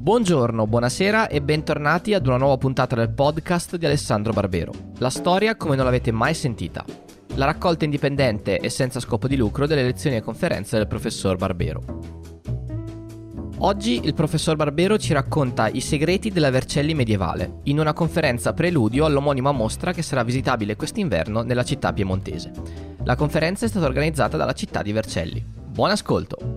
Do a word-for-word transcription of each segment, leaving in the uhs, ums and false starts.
Buongiorno, buonasera e bentornati ad una nuova puntata del podcast di Alessandro Barbero. La storia come non l'avete mai sentita. La raccolta indipendente e senza scopo di lucro delle lezioni e conferenze del professor Barbero. Oggi il professor Barbero ci racconta i segreti della Vercelli medievale, in una conferenza preludio all'omonima mostra che sarà visitabile quest'inverno nella città piemontese. La conferenza è stata organizzata dalla città di Vercelli. Buon ascolto!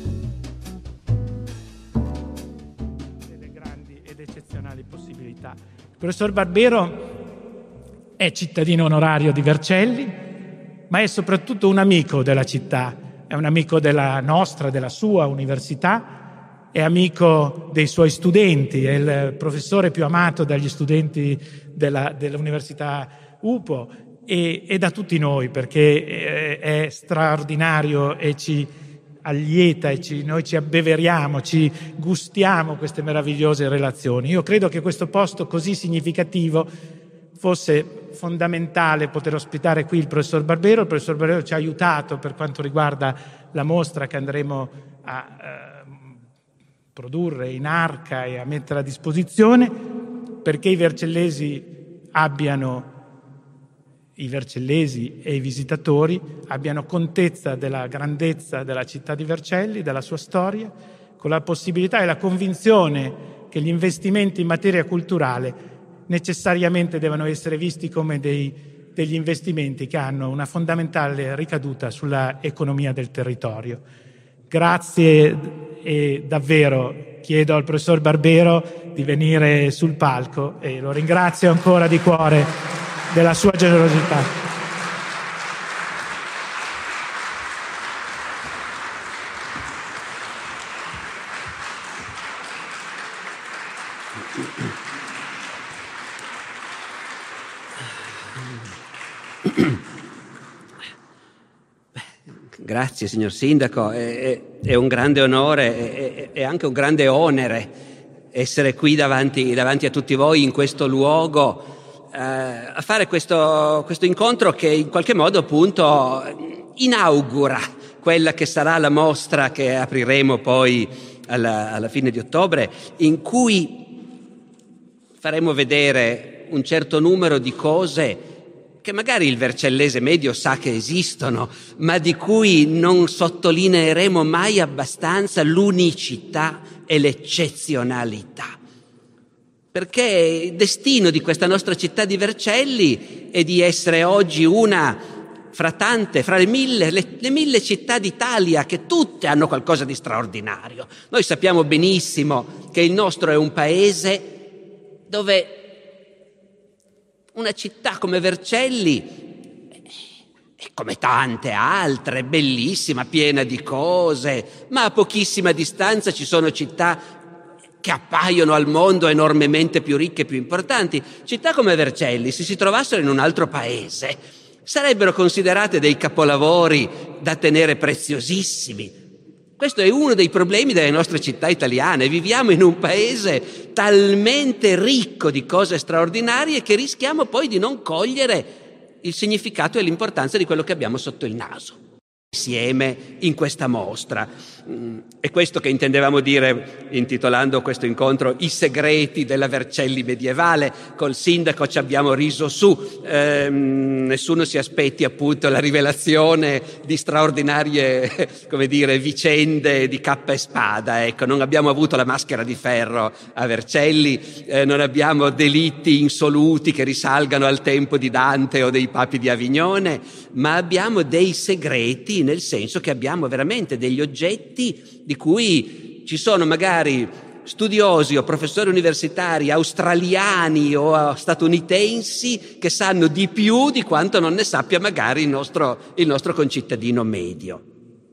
Possibilità. Il professor Barbero è cittadino onorario di Vercelli, ma è soprattutto un amico della città, è un amico della nostra, della sua università, è amico dei suoi studenti, è il professore più amato dagli studenti della, dell'Università U P O e, e da tutti noi, perché è, è straordinario e ci allieta e ci, noi ci abbeveriamo, ci gustiamo queste meravigliose relazioni. Io credo che questo posto così significativo fosse fondamentale poter ospitare qui il professor Barbero. Il professor Barbero ci ha aiutato per quanto riguarda la mostra che andremo a eh, produrre in Arca e a mettere a disposizione, perché i vercellesi abbiano i vercellesi e i visitatori abbiano contezza della grandezza della città di Vercelli, della sua storia, con la possibilità e la convinzione che gli investimenti in materia culturale necessariamente devono essere visti come dei, degli investimenti che hanno una fondamentale ricaduta sulla economia del territorio. Grazie e davvero chiedo al professor Barbero di venire sul palco e lo ringrazio ancora di cuore della sua generosità. Grazie signor Sindaco, è, è un grande onore, è, è anche un grande onere essere qui davanti, davanti a tutti voi in questo luogo, a fare questo, questo incontro che in qualche modo appunto inaugura quella che sarà la mostra che apriremo poi alla, alla fine di ottobre, in cui faremo vedere un certo numero di cose che magari il vercellese medio sa che esistono, ma di cui non sottolineeremo mai abbastanza l'unicità e l'eccezionalità. Perché il destino di questa nostra città di Vercelli è di essere oggi una fra tante, fra le mille, le, le mille città d'Italia che tutte hanno qualcosa di straordinario. Noi sappiamo benissimo che il nostro è un paese dove una città come Vercelli è come tante altre, bellissima, piena di cose, ma a pochissima distanza ci sono città che appaiono al mondo enormemente più ricche e più importanti. Città come Vercelli, se si trovassero in un altro paese, sarebbero considerate dei capolavori da tenere preziosissimi. Questo è uno dei problemi delle nostre città italiane. Viviamo in un paese talmente ricco di cose straordinarie che rischiamo poi di non cogliere il significato e l'importanza di quello che abbiamo sotto il naso insieme in questa mostra. È questo che intendevamo dire intitolando questo incontro I segreti della Vercelli medievale. Col sindaco ci abbiamo riso su, ehm, nessuno si aspetti appunto la rivelazione di straordinarie, come dire, vicende di cappa e spada. Ecco, non abbiamo avuto la maschera di ferro a Vercelli, eh, non abbiamo delitti insoluti che risalgano al tempo di Dante o dei papi di Avignone, ma abbiamo dei segreti, nel senso che abbiamo veramente degli oggetti di cui ci sono magari studiosi o professori universitari australiani o statunitensi che sanno di più di quanto non ne sappia magari il nostro, il nostro concittadino medio.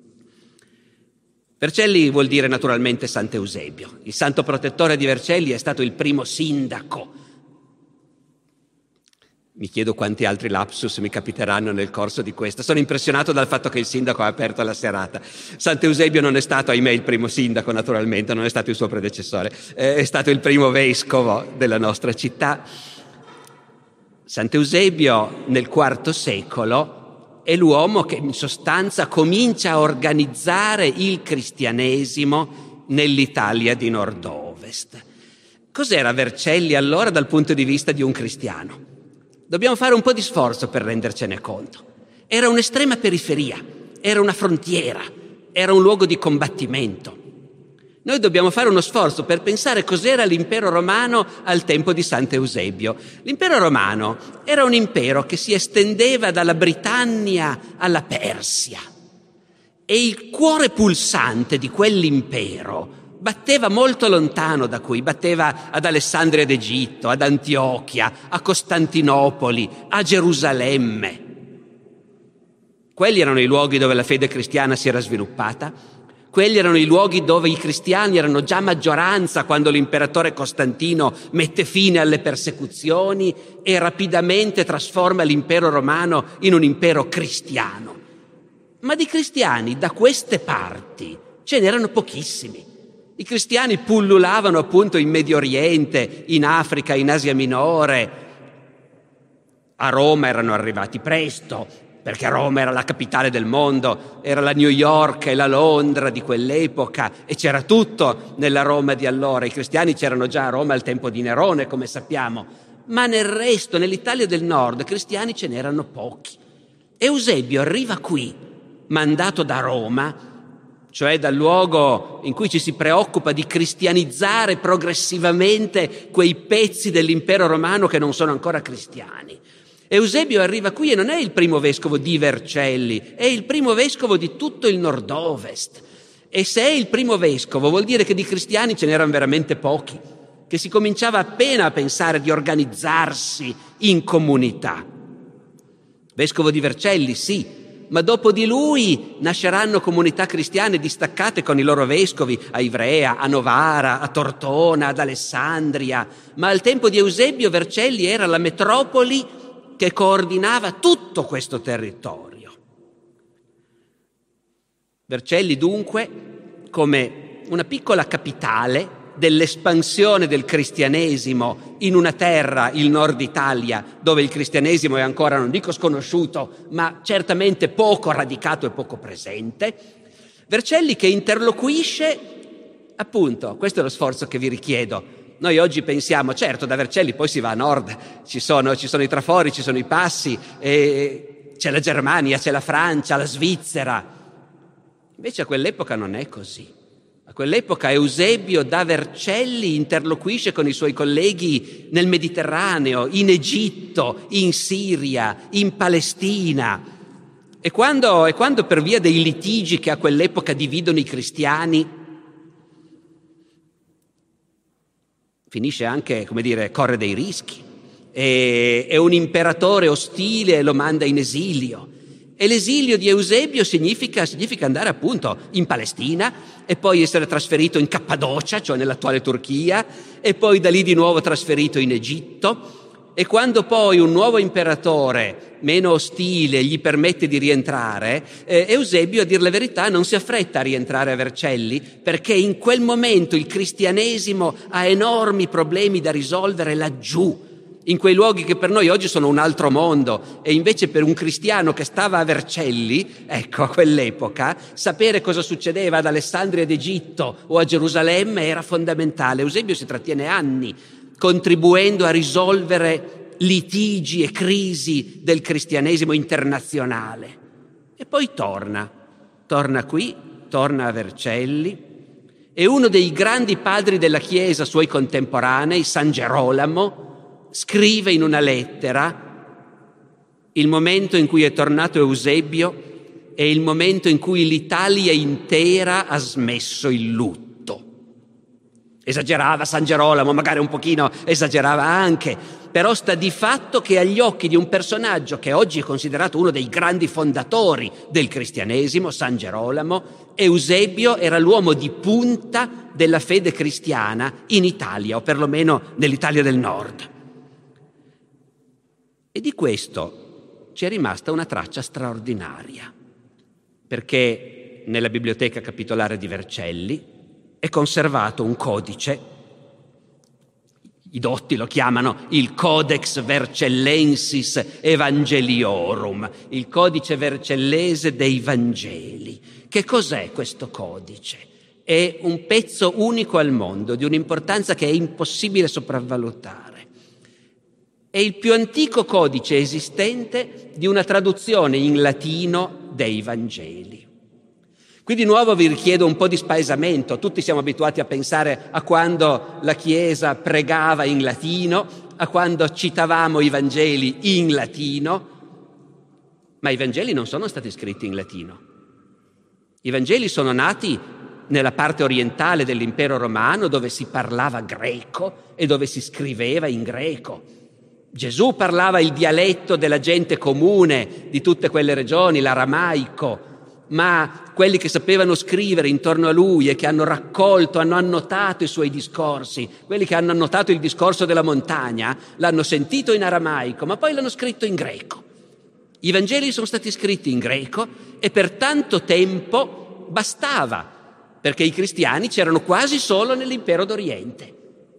Vercelli vuol dire naturalmente Sant'Eusebio. Il santo protettore di Vercelli è stato il primo sindaco. Mi chiedo quanti altri lapsus mi capiteranno nel corso di questa. Sono impressionato dal fatto che il sindaco ha aperto la serata. Sant'Eusebio non è stato, ahimè, il primo sindaco, naturalmente, non è stato il suo predecessore, è stato il primo vescovo della nostra città. Sant'Eusebio, nel quarto secolo, è l'uomo che in sostanza comincia a organizzare il cristianesimo nell'Italia di nord-ovest. nord-ovest. Cos'era Vercelli allora dal punto di vista di un cristiano? Dobbiamo fare un po' di sforzo per rendercene conto. Era un'estrema periferia, era una frontiera, era un luogo di combattimento. Noi dobbiamo fare uno sforzo per pensare cos'era l'impero romano al tempo di Sant'Eusebio. L'impero romano era un impero che si estendeva dalla Britannia alla Persia e il cuore pulsante di quell'impero batteva molto lontano da qui, batteva ad Alessandria d'Egitto, ad Antiochia, a Costantinopoli, a Gerusalemme. Quelli erano i luoghi dove la fede cristiana si era sviluppata. Quelli erano i luoghi dove i cristiani erano già maggioranza quando l'imperatore Costantino mette fine alle persecuzioni e rapidamente trasforma l'impero romano in un impero cristiano. Ma di cristiani da queste parti ce n'erano pochissimi. I cristiani pullulavano appunto in Medio Oriente, in Africa, in Asia Minore. A Roma erano arrivati presto, perché Roma era la capitale del mondo, era la New York e la Londra di quell'epoca e c'era tutto nella Roma di allora. I cristiani c'erano già a Roma al tempo di Nerone, come sappiamo, ma nel resto, nell'Italia del Nord, cristiani ce n'erano pochi. Eusebio arriva qui, mandato da Roma, cioè dal luogo in cui ci si preoccupa di cristianizzare progressivamente quei pezzi dell'impero romano che non sono ancora cristiani. Eusebio arriva qui e non è il primo vescovo di Vercelli, è il primo vescovo di tutto il nord-ovest. E se è il primo vescovo vuol dire che di cristiani ce n'erano veramente pochi, che si cominciava appena a pensare di organizzarsi in comunità. Vescovo di Vercelli, sì, ma dopo di lui nasceranno comunità cristiane distaccate con i loro vescovi a Ivrea, a Novara, a Tortona, ad Alessandria. Ma al tempo di Eusebio Vercelli era la metropoli che coordinava tutto questo territorio. Vercelli dunque come una piccola capitale dell'espansione del cristianesimo in una terra, il nord Italia, dove il cristianesimo è ancora, non dico sconosciuto, ma certamente poco radicato e poco presente. Vercelli che interloquisce, appunto, questo è lo sforzo che vi richiedo. Noi oggi pensiamo, certo, da Vercelli poi si va a nord, ci sono, ci sono i trafori, ci sono i passi, e c'è la Germania, c'è la Francia, la Svizzera. Invece a quell'epoca non è così. A quell'epoca Eusebio da Vercelli interloquisce con i suoi colleghi nel Mediterraneo, in Egitto, in Siria, in Palestina. E quando, e quando per via dei litigi che a quell'epoca dividono i cristiani, finisce anche, come dire, corre dei rischi. E, è un imperatore ostile e lo manda in esilio. E l'esilio di Eusebio significa, significa andare appunto in Palestina e poi essere trasferito in Cappadocia, cioè nell'attuale Turchia, e poi da lì di nuovo trasferito in Egitto. E quando poi un nuovo imperatore, meno ostile, gli permette di rientrare, eh, Eusebio, a dir la verità, non si affretta a rientrare a Vercelli, perché in quel momento il cristianesimo ha enormi problemi da risolvere laggiù, in quei luoghi che per noi oggi sono un altro mondo, e invece per un cristiano che stava a Vercelli, ecco, a quell'epoca, sapere cosa succedeva ad Alessandria d'Egitto o a Gerusalemme era fondamentale. Eusebio si trattiene anni contribuendo a risolvere litigi e crisi del cristianesimo internazionale. E poi torna, torna qui, torna a Vercelli, e uno dei grandi padri della Chiesa, suoi contemporanei, San Gerolamo, scrive in una lettera: il momento in cui è tornato Eusebio è il momento in cui l'Italia intera ha smesso il lutto. Esagerava San Gerolamo, magari un pochino esagerava anche, però sta di fatto che agli occhi di un personaggio che oggi è considerato uno dei grandi fondatori del cristianesimo, San Gerolamo, Eusebio era l'uomo di punta della fede cristiana in Italia, o perlomeno nell'Italia del Nord. E di questo ci è rimasta una traccia straordinaria, perché nella biblioteca capitolare di Vercelli è conservato un codice, i dotti lo chiamano il Codex Vercellensis Evangeliorum, il codice vercellese dei Vangeli. Che cos'è questo codice? è un pezzo unico al mondo, di un'importanza che è impossibile sopravvalutare. È il più antico codice esistente di una traduzione in latino dei Vangeli. Qui di nuovo vi richiedo un po' di spaesamento. Tutti siamo abituati a pensare a quando la Chiesa pregava in latino, a quando citavamo i Vangeli in latino, ma i Vangeli non sono stati scritti in latino. I Vangeli sono nati nella parte orientale dell'impero romano, dove si parlava greco e dove si scriveva in greco. Gesù parlava il dialetto della gente comune di tutte quelle regioni, l'aramaico, ma quelli che sapevano scrivere intorno a lui e che hanno raccolto, hanno annotato i suoi discorsi, quelli che hanno annotato il discorso della montagna, l'hanno sentito in aramaico, ma poi l'hanno scritto in greco. I Vangeli sono stati scritti in greco e per tanto tempo bastava, perché i cristiani c'erano quasi solo nell'impero d'Oriente.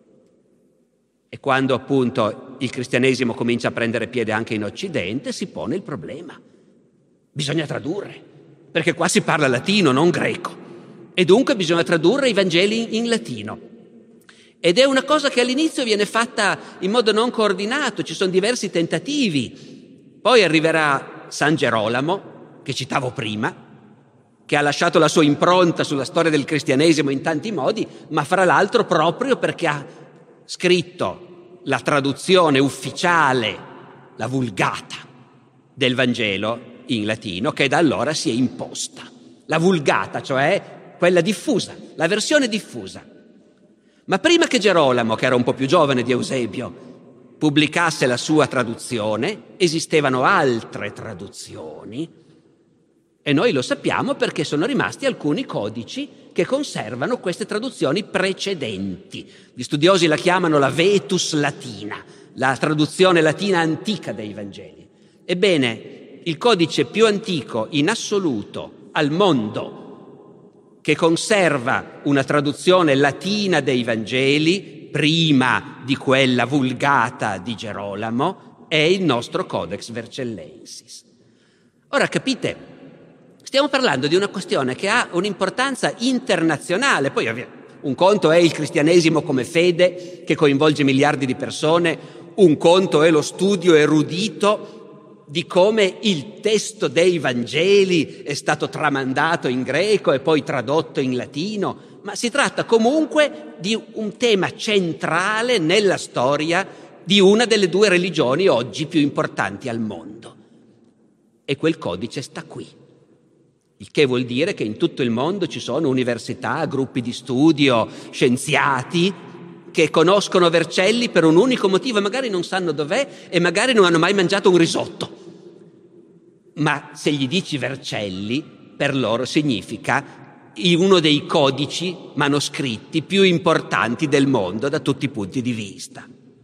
E quando appunto il cristianesimo comincia a prendere piede anche in Occidente, si pone il problema. Bisogna tradurre, perché qua si parla latino, non greco, e dunque bisogna tradurre i Vangeli in latino. Ed è una cosa che all'inizio viene fatta in modo non coordinato, ci sono diversi tentativi. Poi arriverà San Gerolamo, che citavo prima, che ha lasciato la sua impronta sulla storia del cristianesimo in tanti modi, ma fra l'altro proprio perché ha scritto la traduzione ufficiale, la Vulgata del Vangelo in latino, che da allora si è imposta. La Vulgata, cioè quella diffusa, la versione diffusa. Ma prima che Gerolamo, che era un po' più giovane di Eusebio, pubblicasse la sua traduzione, esistevano altre traduzioni, e noi lo sappiamo perché sono rimasti alcuni codici che conservano queste traduzioni precedenti. Gli studiosi la chiamano la Vetus Latina, la traduzione latina antica dei Vangeli. Ebbene, il codice più antico in assoluto al mondo che conserva una traduzione latina dei Vangeli prima di quella Vulgata di Gerolamo è il nostro Codex Vercellensis. Ora capite, stiamo parlando di una questione che ha un'importanza internazionale. Poi un conto è il cristianesimo come fede che coinvolge miliardi di persone, un conto è lo studio erudito di come il testo dei Vangeli è stato tramandato in greco e poi tradotto in latino, ma si tratta comunque di un tema centrale nella storia di una delle due religioni oggi più importanti al mondo. E quel codice sta qui. Il che vuol dire che in tutto il mondo ci sono università, gruppi di studio, scienziati che conoscono Vercelli per un unico motivo, magari non sanno dov'è e magari non hanno mai mangiato un risotto. Ma se gli dici Vercelli, per loro significa uno dei codici manoscritti più importanti del mondo da tutti i punti di vista.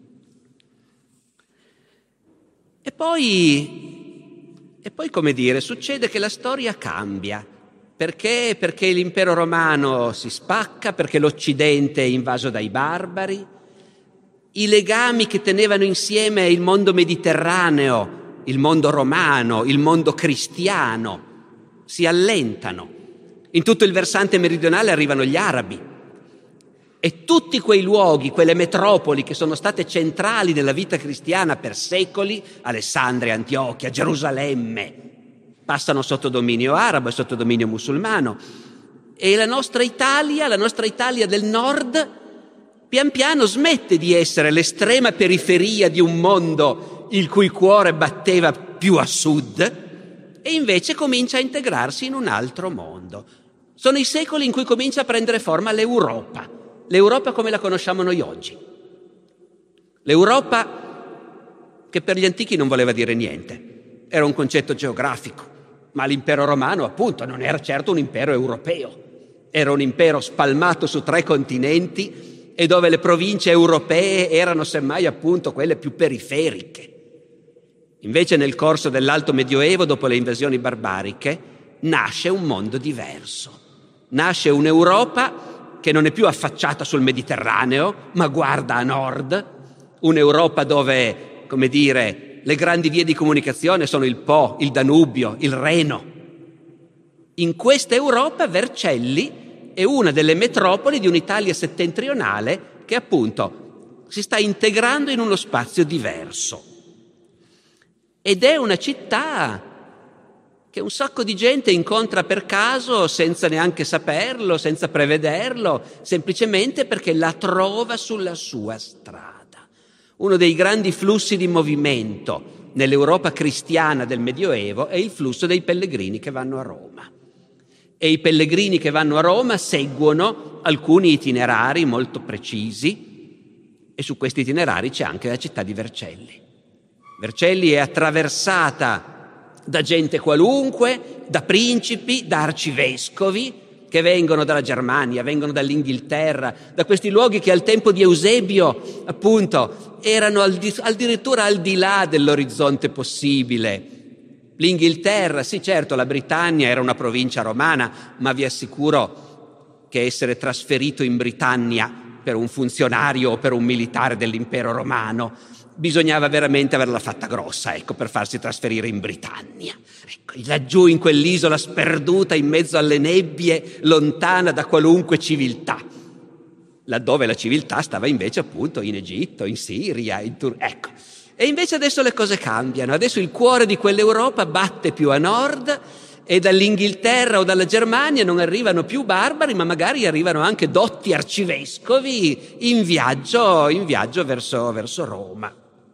E poi... E poi, come dire, succede che la storia cambia. Perché? Perché l'impero romano si spacca, perché l'Occidente è invaso dai barbari. I legami che tenevano insieme il mondo mediterraneo, il mondo romano, il mondo cristiano, si allentano. In tutto il versante meridionale arrivano gli arabi. E tutti quei luoghi, quelle metropoli che sono state centrali nella vita cristiana per secoli, Alessandria, Antiochia, Gerusalemme, passano sotto dominio arabo e sotto dominio musulmano. E la nostra Italia, la nostra Italia del nord, pian piano smette di essere l'estrema periferia di un mondo il cui cuore batteva più a sud e invece comincia a integrarsi in un altro mondo. Sono i secoli in cui comincia a prendere forma l'Europa. L'Europa come la conosciamo noi oggi. L'Europa che per gli antichi non voleva dire niente, era un concetto geografico, ma l'impero romano appunto non era certo un impero europeo, era un impero spalmato su tre continenti e dove le province europee erano semmai appunto quelle più periferiche. Invece nel corso dell'Alto Medioevo, dopo le invasioni barbariche, nasce un mondo diverso, nasce un'Europa che non è più affacciata sul Mediterraneo, ma guarda a nord, un'Europa dove, come dire, le grandi vie di comunicazione sono il Po, il Danubio, il Reno. In questa Europa Vercelli è una delle metropoli di un'Italia settentrionale che appunto si sta integrando in uno spazio diverso. Ed è una città che un sacco di gente incontra per caso, senza neanche saperlo, senza prevederlo, semplicemente perché la trova sulla sua strada. Uno dei grandi flussi di movimento nell'Europa cristiana del Medioevo è il flusso dei pellegrini che vanno a Roma. E i pellegrini che vanno a Roma seguono alcuni itinerari molto precisi e su questi itinerari c'è anche la città di Vercelli. Vercelli è attraversata da gente qualunque, da principi, da arcivescovi che vengono dalla Germania, vengono dall'Inghilterra, da questi luoghi che al tempo di Eusebio, appunto, erano al di, addirittura al di là dell'orizzonte possibile. L'Inghilterra, sì certo, la Britannia era una provincia romana, ma vi assicuro che essere trasferito in Britannia per un funzionario o per un militare dell'impero romano bisognava veramente averla fatta grossa, ecco, per farsi trasferire in Britannia. Ecco, laggiù in quell'isola sperduta in mezzo alle nebbie, lontana da qualunque civiltà, laddove la civiltà stava invece appunto in Egitto, in Siria, in Turchia, ecco. E invece adesso le cose cambiano, adesso il cuore di quell'Europa batte più a nord e dall'Inghilterra o dalla Germania non arrivano più barbari, ma magari arrivano anche dotti arcivescovi in viaggio, in viaggio verso, verso Roma.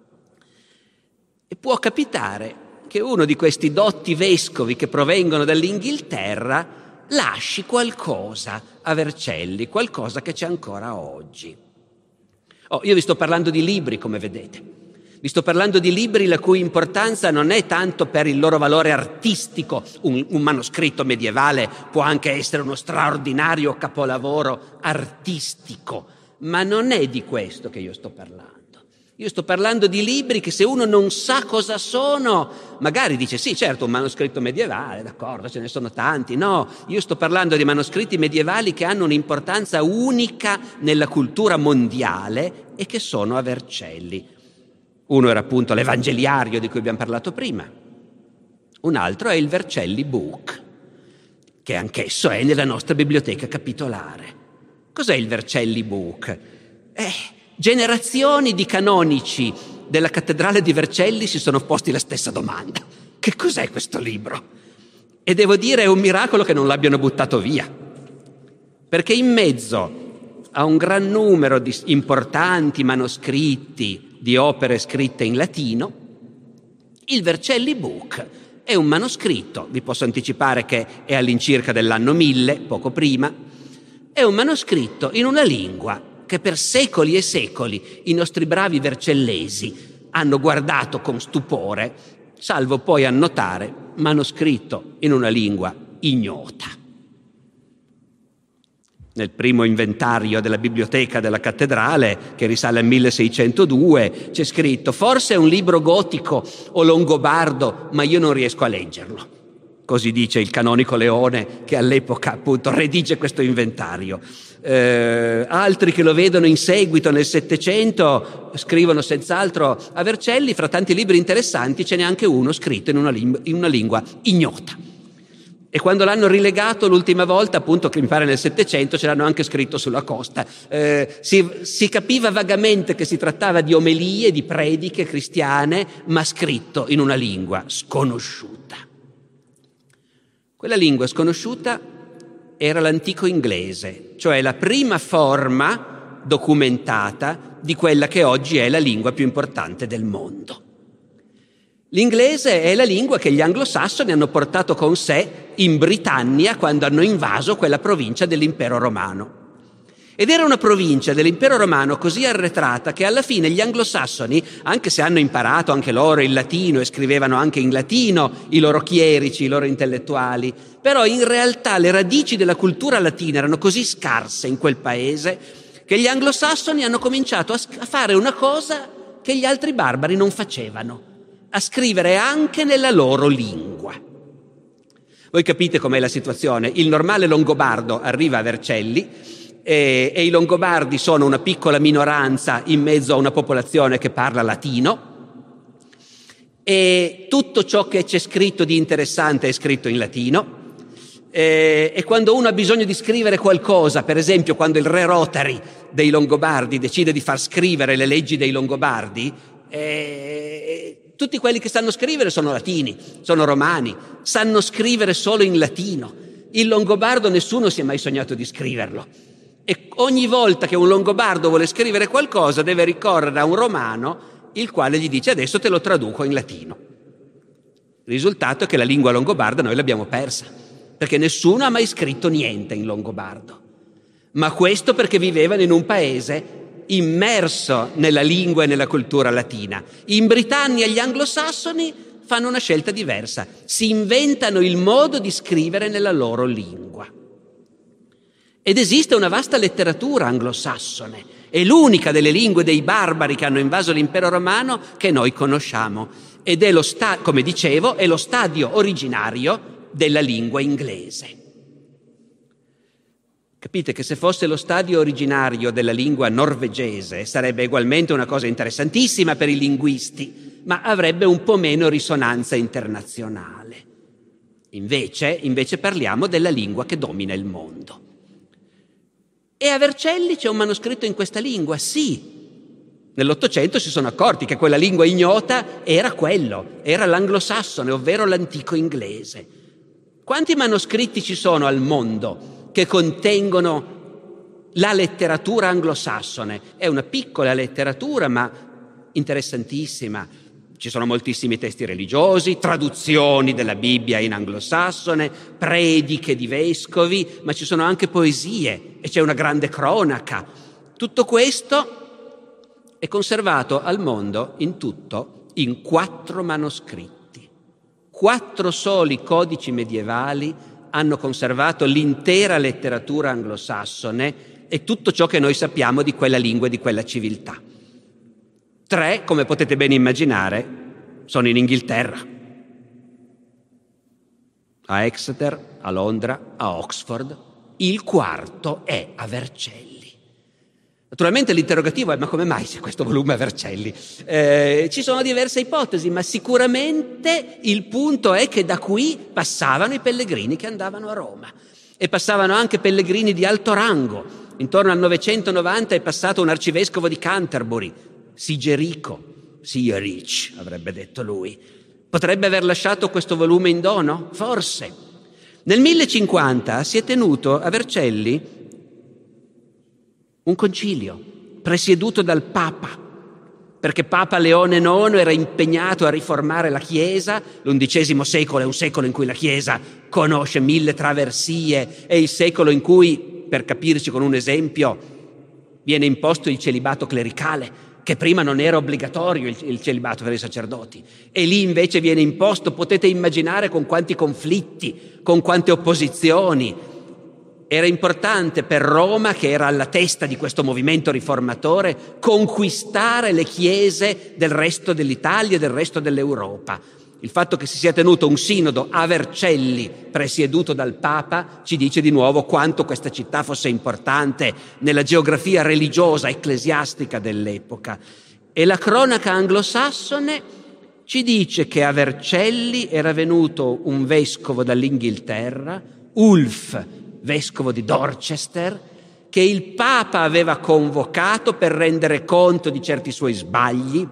E può capitare che uno di questi dotti vescovi che provengono dall'Inghilterra lasci qualcosa a Vercelli, qualcosa che c'è ancora oggi. Oh, io vi sto parlando di libri, come vedete. Vi sto parlando di libri la cui importanza non è tanto per il loro valore artistico. Un, un manoscritto medievale può anche essere uno straordinario capolavoro artistico, ma non è di questo che io sto parlando. Io sto parlando di libri che se uno non sa cosa sono, magari dice sì, certo, un manoscritto medievale, d'accordo, ce ne sono tanti. No, io sto parlando di manoscritti medievali che hanno un'importanza unica nella cultura mondiale e che sono a Vercelli. Uno era appunto l'Evangeliario di cui abbiamo parlato prima. Un altro è il Vercelli Book, che anch'esso è nella nostra biblioteca capitolare. Cos'è il Vercelli Book? Eh, generazioni di canonici della cattedrale di Vercelli si sono posti la stessa domanda. Che cos'è questo libro? E devo dire è un miracolo che non l'abbiano buttato via, perché in mezzo a un gran numero di importanti manoscritti di opere scritte in latino, il Vercelli Book è un manoscritto, vi posso anticipare che è all'incirca dell'anno mille, poco prima, è un manoscritto in una lingua che per secoli e secoli i nostri bravi vercellesi hanno guardato con stupore, salvo poi annotare manoscritto in una lingua ignota. Nel primo inventario della biblioteca della cattedrale, che risale al milleseicentodue, c'è scritto: forse è un libro gotico o longobardo, ma io non riesco a leggerlo. Così dice il canonico Leone, che all'epoca appunto redige questo inventario. Eh, altri che lo vedono in seguito nel Settecento scrivono senz'altro a Vercelli: fra tanti libri interessanti ce n'è anche uno scritto in una, lim- in una lingua ignota. E quando l'hanno rilegato l'ultima volta, appunto, che mi pare nel Settecento, ce l'hanno anche scritto sulla costa. Eh, si, si capiva vagamente che si trattava di omelie, di prediche cristiane, ma scritto in una lingua sconosciuta. Quella lingua sconosciuta era l'antico inglese, cioè la prima forma documentata di quella che oggi è la lingua più importante del mondo. L'inglese è la lingua che gli anglosassoni hanno portato con sé in Britannia quando hanno invaso quella provincia dell'impero romano. Ed era una provincia dell'impero romano così arretrata che alla fine gli anglosassoni, anche se hanno imparato anche loro il latino e scrivevano anche in latino i loro chierici, i loro intellettuali, però in realtà le radici della cultura latina erano così scarse in quel paese che gli anglosassoni hanno cominciato a fare una cosa che gli altri barbari non facevano: a scrivere anche nella loro lingua. Voi capite com'è la situazione. Il normale longobardo arriva a Vercelli e, e i longobardi sono una piccola minoranza in mezzo a una popolazione che parla latino, e tutto ciò che c'è scritto di interessante è scritto in latino. E, e quando uno ha bisogno di scrivere qualcosa, per esempio quando il re Rotary dei Longobardi decide di far scrivere le leggi dei Longobardi, eh, tutti quelli che sanno scrivere sono latini, sono romani, sanno scrivere solo in latino. Il longobardo nessuno si è mai sognato di scriverlo. E ogni volta che un longobardo vuole scrivere qualcosa deve ricorrere a un romano, il quale gli dice: adesso te lo traduco in latino. Il risultato è che la lingua longobarda noi l'abbiamo persa, perché nessuno ha mai scritto niente in longobardo. Ma questo perché vivevano in un paese immerso nella lingua e nella cultura latina. In Britannia gli anglosassoni fanno una scelta diversa, si inventano il modo di scrivere nella loro lingua. Ed esiste una vasta letteratura anglosassone, è l'unica delle lingue dei barbari che hanno invaso l'impero romano che noi conosciamo, ed è lo sta- come dicevo, è lo stadio originario della lingua inglese. Capite che se fosse lo stadio originario della lingua norvegese sarebbe ugualmente una cosa interessantissima per i linguisti, ma avrebbe un po' meno risonanza internazionale. Invece, invece parliamo della lingua che domina il mondo. E a Vercelli c'è un manoscritto in questa lingua, sì. Nell'Ottocento si sono accorti che quella lingua ignota era quello, era l'anglosassone, ovvero l'antico inglese. Quanti manoscritti ci sono al mondo che contengono la letteratura anglosassone? È una piccola letteratura, ma interessantissima. Ci sono moltissimi testi religiosi, traduzioni della Bibbia in anglosassone, prediche di vescovi, ma ci sono anche poesie e c'è una grande cronaca. Tutto questo è conservato al mondo in tutto in quattro manoscritti. Quattro soli codici medievali hanno conservato l'intera letteratura anglosassone e tutto ciò che noi sappiamo di quella lingua e di quella civiltà. Tre, come potete ben immaginare, sono in Inghilterra, a Exeter, a Londra, a Oxford. Il quarto è a Vercelli. Naturalmente l'interrogativo è: ma come mai c'è questo volume a Vercelli? Eh, ci sono diverse ipotesi, ma sicuramente il punto è che da qui passavano i pellegrini che andavano a Roma, e passavano anche pellegrini di alto rango. Intorno al novecentonovanta è passato un arcivescovo di Canterbury, Sigerico, Sigerich avrebbe detto lui. Potrebbe aver lasciato questo volume in dono? Forse. Nel millecinquanta si è tenuto a Vercelli un concilio presieduto dal Papa, perché Papa Leone nono era impegnato a riformare la Chiesa. L'undicesimo secolo è un secolo in cui la Chiesa conosce mille traversie, è il secolo in cui, per capirci con un esempio, viene imposto il celibato clericale, che prima non era obbligatorio il, il celibato per i sacerdoti, e lì invece viene imposto. Potete immaginare con quanti conflitti, con quante opposizioni. Era importante per Roma, che era alla testa di questo movimento riformatore, conquistare le chiese del resto dell'Italia e del resto dell'Europa. Il fatto che si sia tenuto un sinodo a Vercelli, presieduto dal Papa, ci dice di nuovo quanto questa città fosse importante nella geografia religiosa, ecclesiastica dell'epoca. E la cronaca anglosassone ci dice che a Vercelli era venuto un vescovo dall'Inghilterra, Ulf, vescovo di Dorchester, che il Papa aveva convocato per rendere conto di certi suoi sbagli.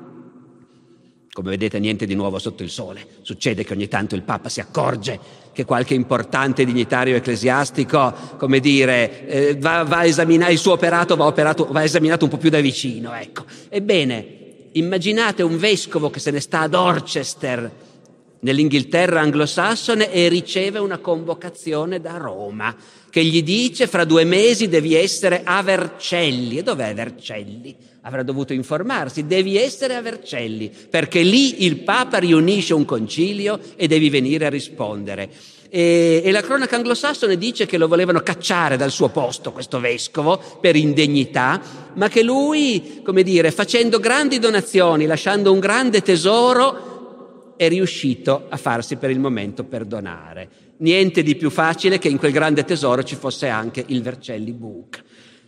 Come vedete, niente di nuovo sotto il sole. Succede che ogni tanto il Papa si accorge che qualche importante dignitario ecclesiastico, come dire, eh, va, va a esaminare il suo operato, va, operato, va esaminato un po' più da vicino, ecco. Ebbene, immaginate un vescovo che se ne sta a Dorchester, nell'Inghilterra anglosassone, e riceve una convocazione da Roma che gli dice: fra due mesi devi essere a Vercelli. E dov'è Vercelli? Avrà dovuto informarsi. Devi essere a Vercelli, perché lì il Papa riunisce un concilio e devi venire a rispondere. E, e la cronaca anglosassone dice che lo volevano cacciare dal suo posto, questo vescovo, per indegnità, ma che lui, come dire, facendo grandi donazioni, lasciando un grande tesoro, è riuscito a farsi per il momento perdonare. Niente di più facile che in quel grande tesoro ci fosse anche il Vercelli Book,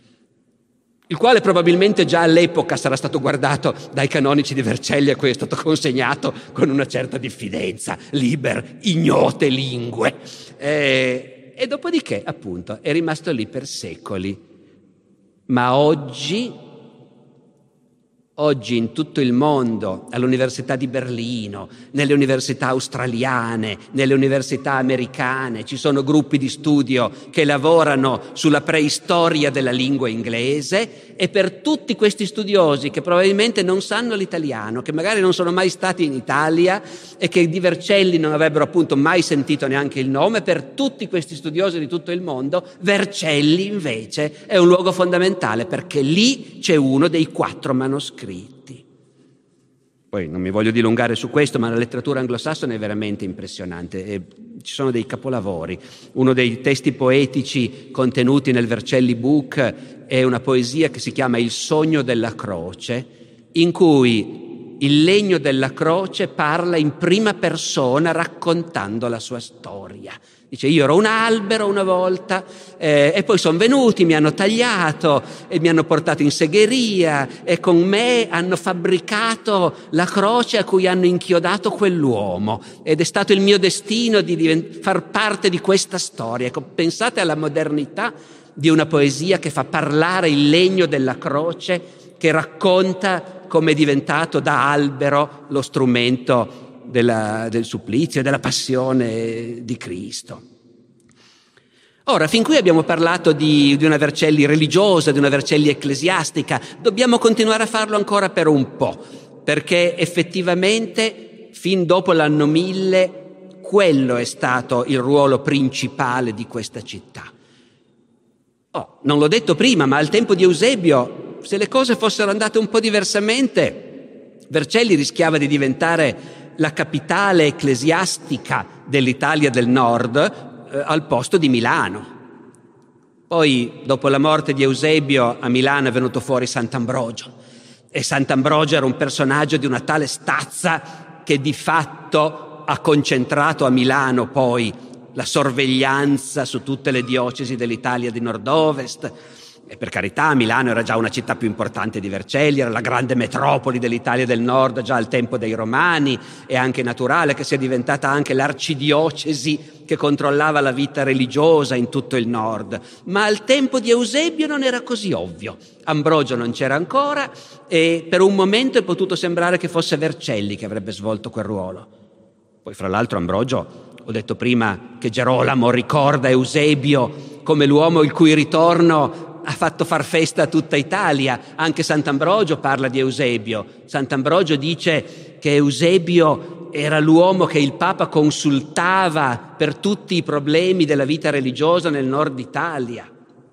il quale probabilmente già all'epoca sarà stato guardato dai canonici di Vercelli, a cui è stato consegnato con una certa diffidenza, liber ignote lingue. Eh, e dopodiché, appunto, è rimasto lì per secoli. Ma oggi... Oggi in tutto il mondo, all'Università di Berlino, nelle università australiane, nelle università americane, ci sono gruppi di studio che lavorano sulla preistoria della lingua inglese, e per tutti questi studiosi che probabilmente non sanno l'italiano, che magari non sono mai stati in Italia e che di Vercelli non avrebbero appunto mai sentito neanche il nome, per tutti questi studiosi di tutto il mondo, Vercelli invece è un luogo fondamentale, perché lì c'è uno dei quattro manoscritti. Poi non mi voglio dilungare su questo, ma la letteratura anglosassone è veramente impressionante e ci sono dei capolavori. Uno dei testi poetici contenuti nel Vercelli Book è una poesia che si chiama Il sogno della croce, in cui il legno della croce parla in prima persona raccontando la sua storia. Dice: io ero un albero una volta eh, e poi sono venuti, mi hanno tagliato e mi hanno portato in segheria e con me hanno fabbricato la croce a cui hanno inchiodato quell'uomo, ed è stato il mio destino di divent- far parte di questa storia. Ecco, pensate alla modernità di una poesia che fa parlare il legno della croce, che racconta come è diventato da albero lo strumento Della, del supplizio, della passione di Cristo. Ora, fin qui abbiamo parlato di, di una Vercelli religiosa, di una Vercelli ecclesiastica. Dobbiamo continuare a farlo ancora per un po', perché effettivamente fin dopo l'anno mille quello è stato il ruolo principale di questa città. Oh, non l'ho detto prima, ma al tempo di Eusebio, se le cose fossero andate un po' diversamente, Vercelli rischiava di diventare la capitale ecclesiastica dell'Italia del Nord eh, al posto di Milano. Poi, dopo la morte di Eusebio, a Milano è venuto fuori Sant'Ambrogio, e Sant'Ambrogio era un personaggio di una tale stazza che di fatto ha concentrato a Milano poi la sorveglianza su tutte le diocesi dell'Italia di nord-ovest. E per carità, Milano era già una città più importante di Vercelli, era la grande metropoli dell'Italia del Nord già al tempo dei Romani, è anche naturale che sia diventata anche l'arcidiocesi che controllava la vita religiosa in tutto il Nord. Ma al tempo di Eusebio non era così ovvio. Ambrogio non c'era ancora e per un momento è potuto sembrare che fosse Vercelli che avrebbe svolto quel ruolo. Poi, fra l'altro, Ambrogio, ho detto prima che Gerolamo ricorda Eusebio come l'uomo il cui ritorno ha fatto far festa a tutta Italia. Anche Sant'Ambrogio parla di Eusebio. Sant'Ambrogio dice che Eusebio era l'uomo che il Papa consultava per tutti i problemi della vita religiosa nel nord Italia.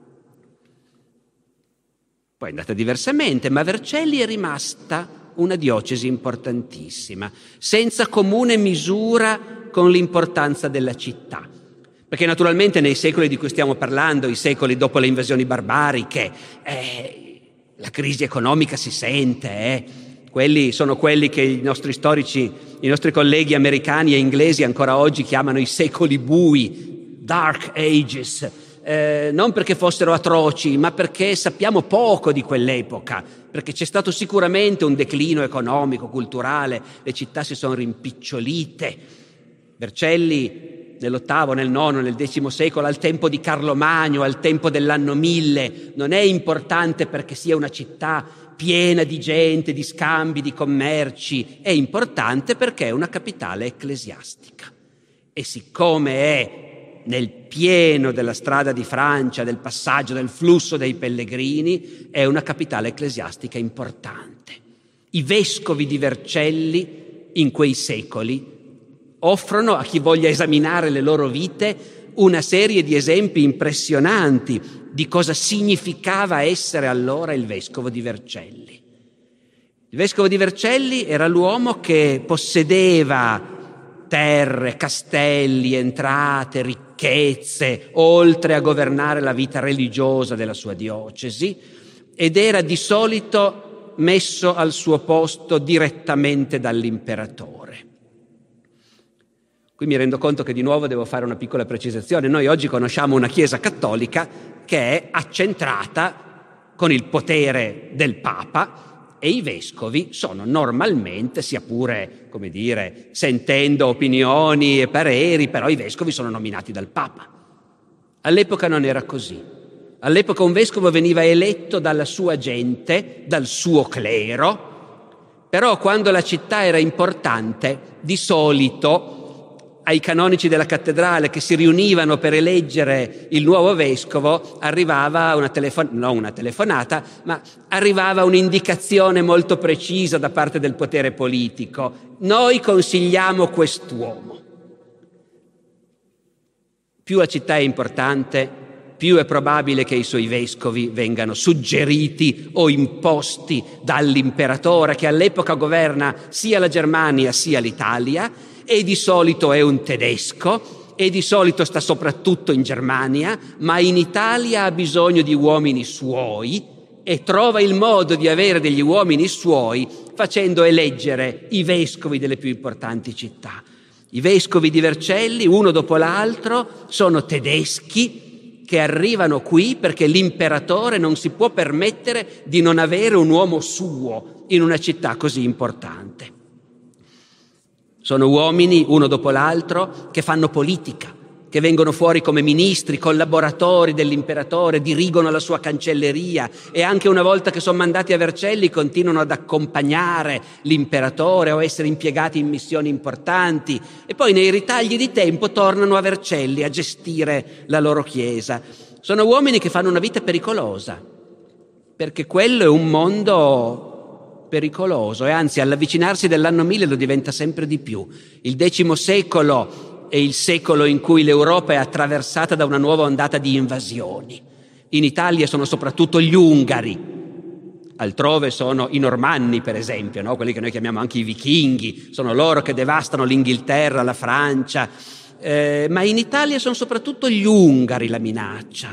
Poi è andata diversamente, ma Vercelli è rimasta una diocesi importantissima, senza comune misura con l'importanza della città. Perché naturalmente nei secoli di cui stiamo parlando, i secoli dopo le invasioni barbariche, eh, la crisi economica si sente, eh. Quelli sono quelli che i nostri storici, i nostri colleghi americani e inglesi ancora oggi chiamano i secoli bui, Dark Ages, eh, non perché fossero atroci, ma perché sappiamo poco di quell'epoca, perché c'è stato sicuramente un declino economico, culturale, le città si sono rimpicciolite. Vercelli nell'ottavo, nel nono, nel decimo secolo, al tempo di Carlo Magno, al tempo dell'anno mille, non è importante perché sia una città piena di gente, di scambi, di commerci, è importante perché è una capitale ecclesiastica. E siccome è nel pieno della strada di Francia, del passaggio, del flusso dei pellegrini, è una capitale ecclesiastica importante. I vescovi di Vercelli in quei secoli offrono a chi voglia esaminare le loro vite una serie di esempi impressionanti di cosa significava essere allora il vescovo di Vercelli. Il vescovo di Vercelli era l'uomo che possedeva terre, castelli, entrate, ricchezze, oltre a governare la vita religiosa della sua diocesi, ed era di solito messo al suo posto direttamente dall'imperatore. Qui mi rendo conto che di nuovo devo fare una piccola precisazione. Noi oggi conosciamo una Chiesa cattolica che è accentrata con il potere del Papa e i vescovi sono normalmente, sia pure, come dire, sentendo opinioni e pareri, però i vescovi sono nominati dal Papa. All'epoca non era così. All'epoca un vescovo veniva eletto dalla sua gente, dal suo clero, però quando la città era importante, di solito ai canonici della cattedrale che si riunivano per eleggere il nuovo vescovo arrivava una telefonata, non una telefonata, ma arrivava un'indicazione molto precisa da parte del potere politico. Noi consigliamo quest'uomo. Più la città è importante, più è probabile che i suoi vescovi vengano suggeriti o imposti dall'imperatore che all'epoca governa sia la Germania sia l'Italia, e di solito è un tedesco, e di solito sta soprattutto in Germania, ma in Italia ha bisogno di uomini suoi e trova il modo di avere degli uomini suoi facendo eleggere i vescovi delle più importanti città. I vescovi di Vercelli, uno dopo l'altro, sono tedeschi che arrivano qui perché l'imperatore non si può permettere di non avere un uomo suo in una città così importante. Sono uomini, uno dopo l'altro, che fanno politica, che vengono fuori come ministri, collaboratori dell'imperatore, dirigono la sua cancelleria e anche una volta che sono mandati a Vercelli continuano ad accompagnare l'imperatore o essere impiegati in missioni importanti e poi nei ritagli di tempo tornano a Vercelli a gestire la loro chiesa. Sono uomini che fanno una vita pericolosa, perché quello è un mondo pericoloso e anzi all'avvicinarsi dell'anno mille lo diventa sempre di più. Il decimo secolo è il secolo in cui l'Europa è attraversata da una nuova ondata di invasioni. In Italia sono soprattutto gli ungari, altrove sono i normanni per esempio, no? Quelli che noi chiamiamo anche i vichinghi, sono loro che devastano l'Inghilterra, la Francia, eh, ma in Italia sono soprattutto gli ungari la minaccia.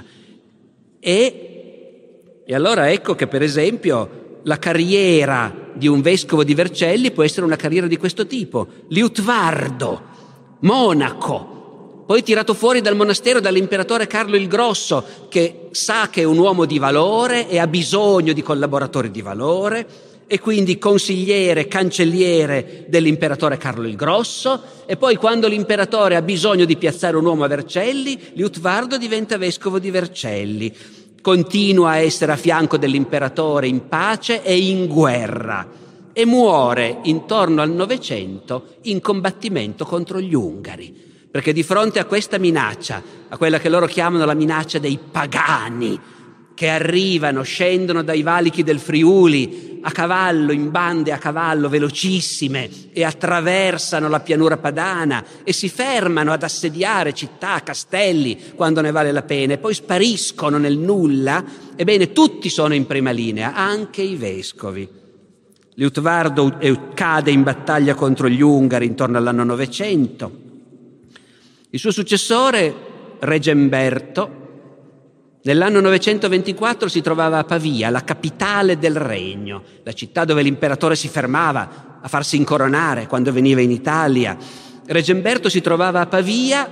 E, e allora ecco che per esempio la carriera di un vescovo di Vercelli può essere una carriera di questo tipo: Liutvardo, monaco, poi tirato fuori dal monastero dall'imperatore Carlo il Grosso, che sa che è un uomo di valore e ha bisogno di collaboratori di valore, e quindi consigliere, cancelliere dell'imperatore Carlo il Grosso, e poi quando l'imperatore ha bisogno di piazzare un uomo a Vercelli, Liutvardo diventa vescovo di Vercelli. Continua a essere a fianco dell'imperatore in pace e in guerra e muore intorno al Novecento in combattimento contro gli ungari, perché di fronte a questa minaccia, a quella che loro chiamano la minaccia dei pagani, che arrivano, scendono dai valichi del Friuli a cavallo, in bande a cavallo velocissime e attraversano la pianura padana e si fermano ad assediare città, castelli quando ne vale la pena e poi spariscono nel nulla, ebbene tutti sono in prima linea, anche i vescovi. Liutvardo cade in battaglia contro gli ungari intorno all'anno Novecento. Il suo successore, Regemberto, nell'anno novecentoventiquattro si trovava a Pavia, la capitale del regno, la città dove l'imperatore si fermava a farsi incoronare quando veniva in Italia. Regemberto si trovava a Pavia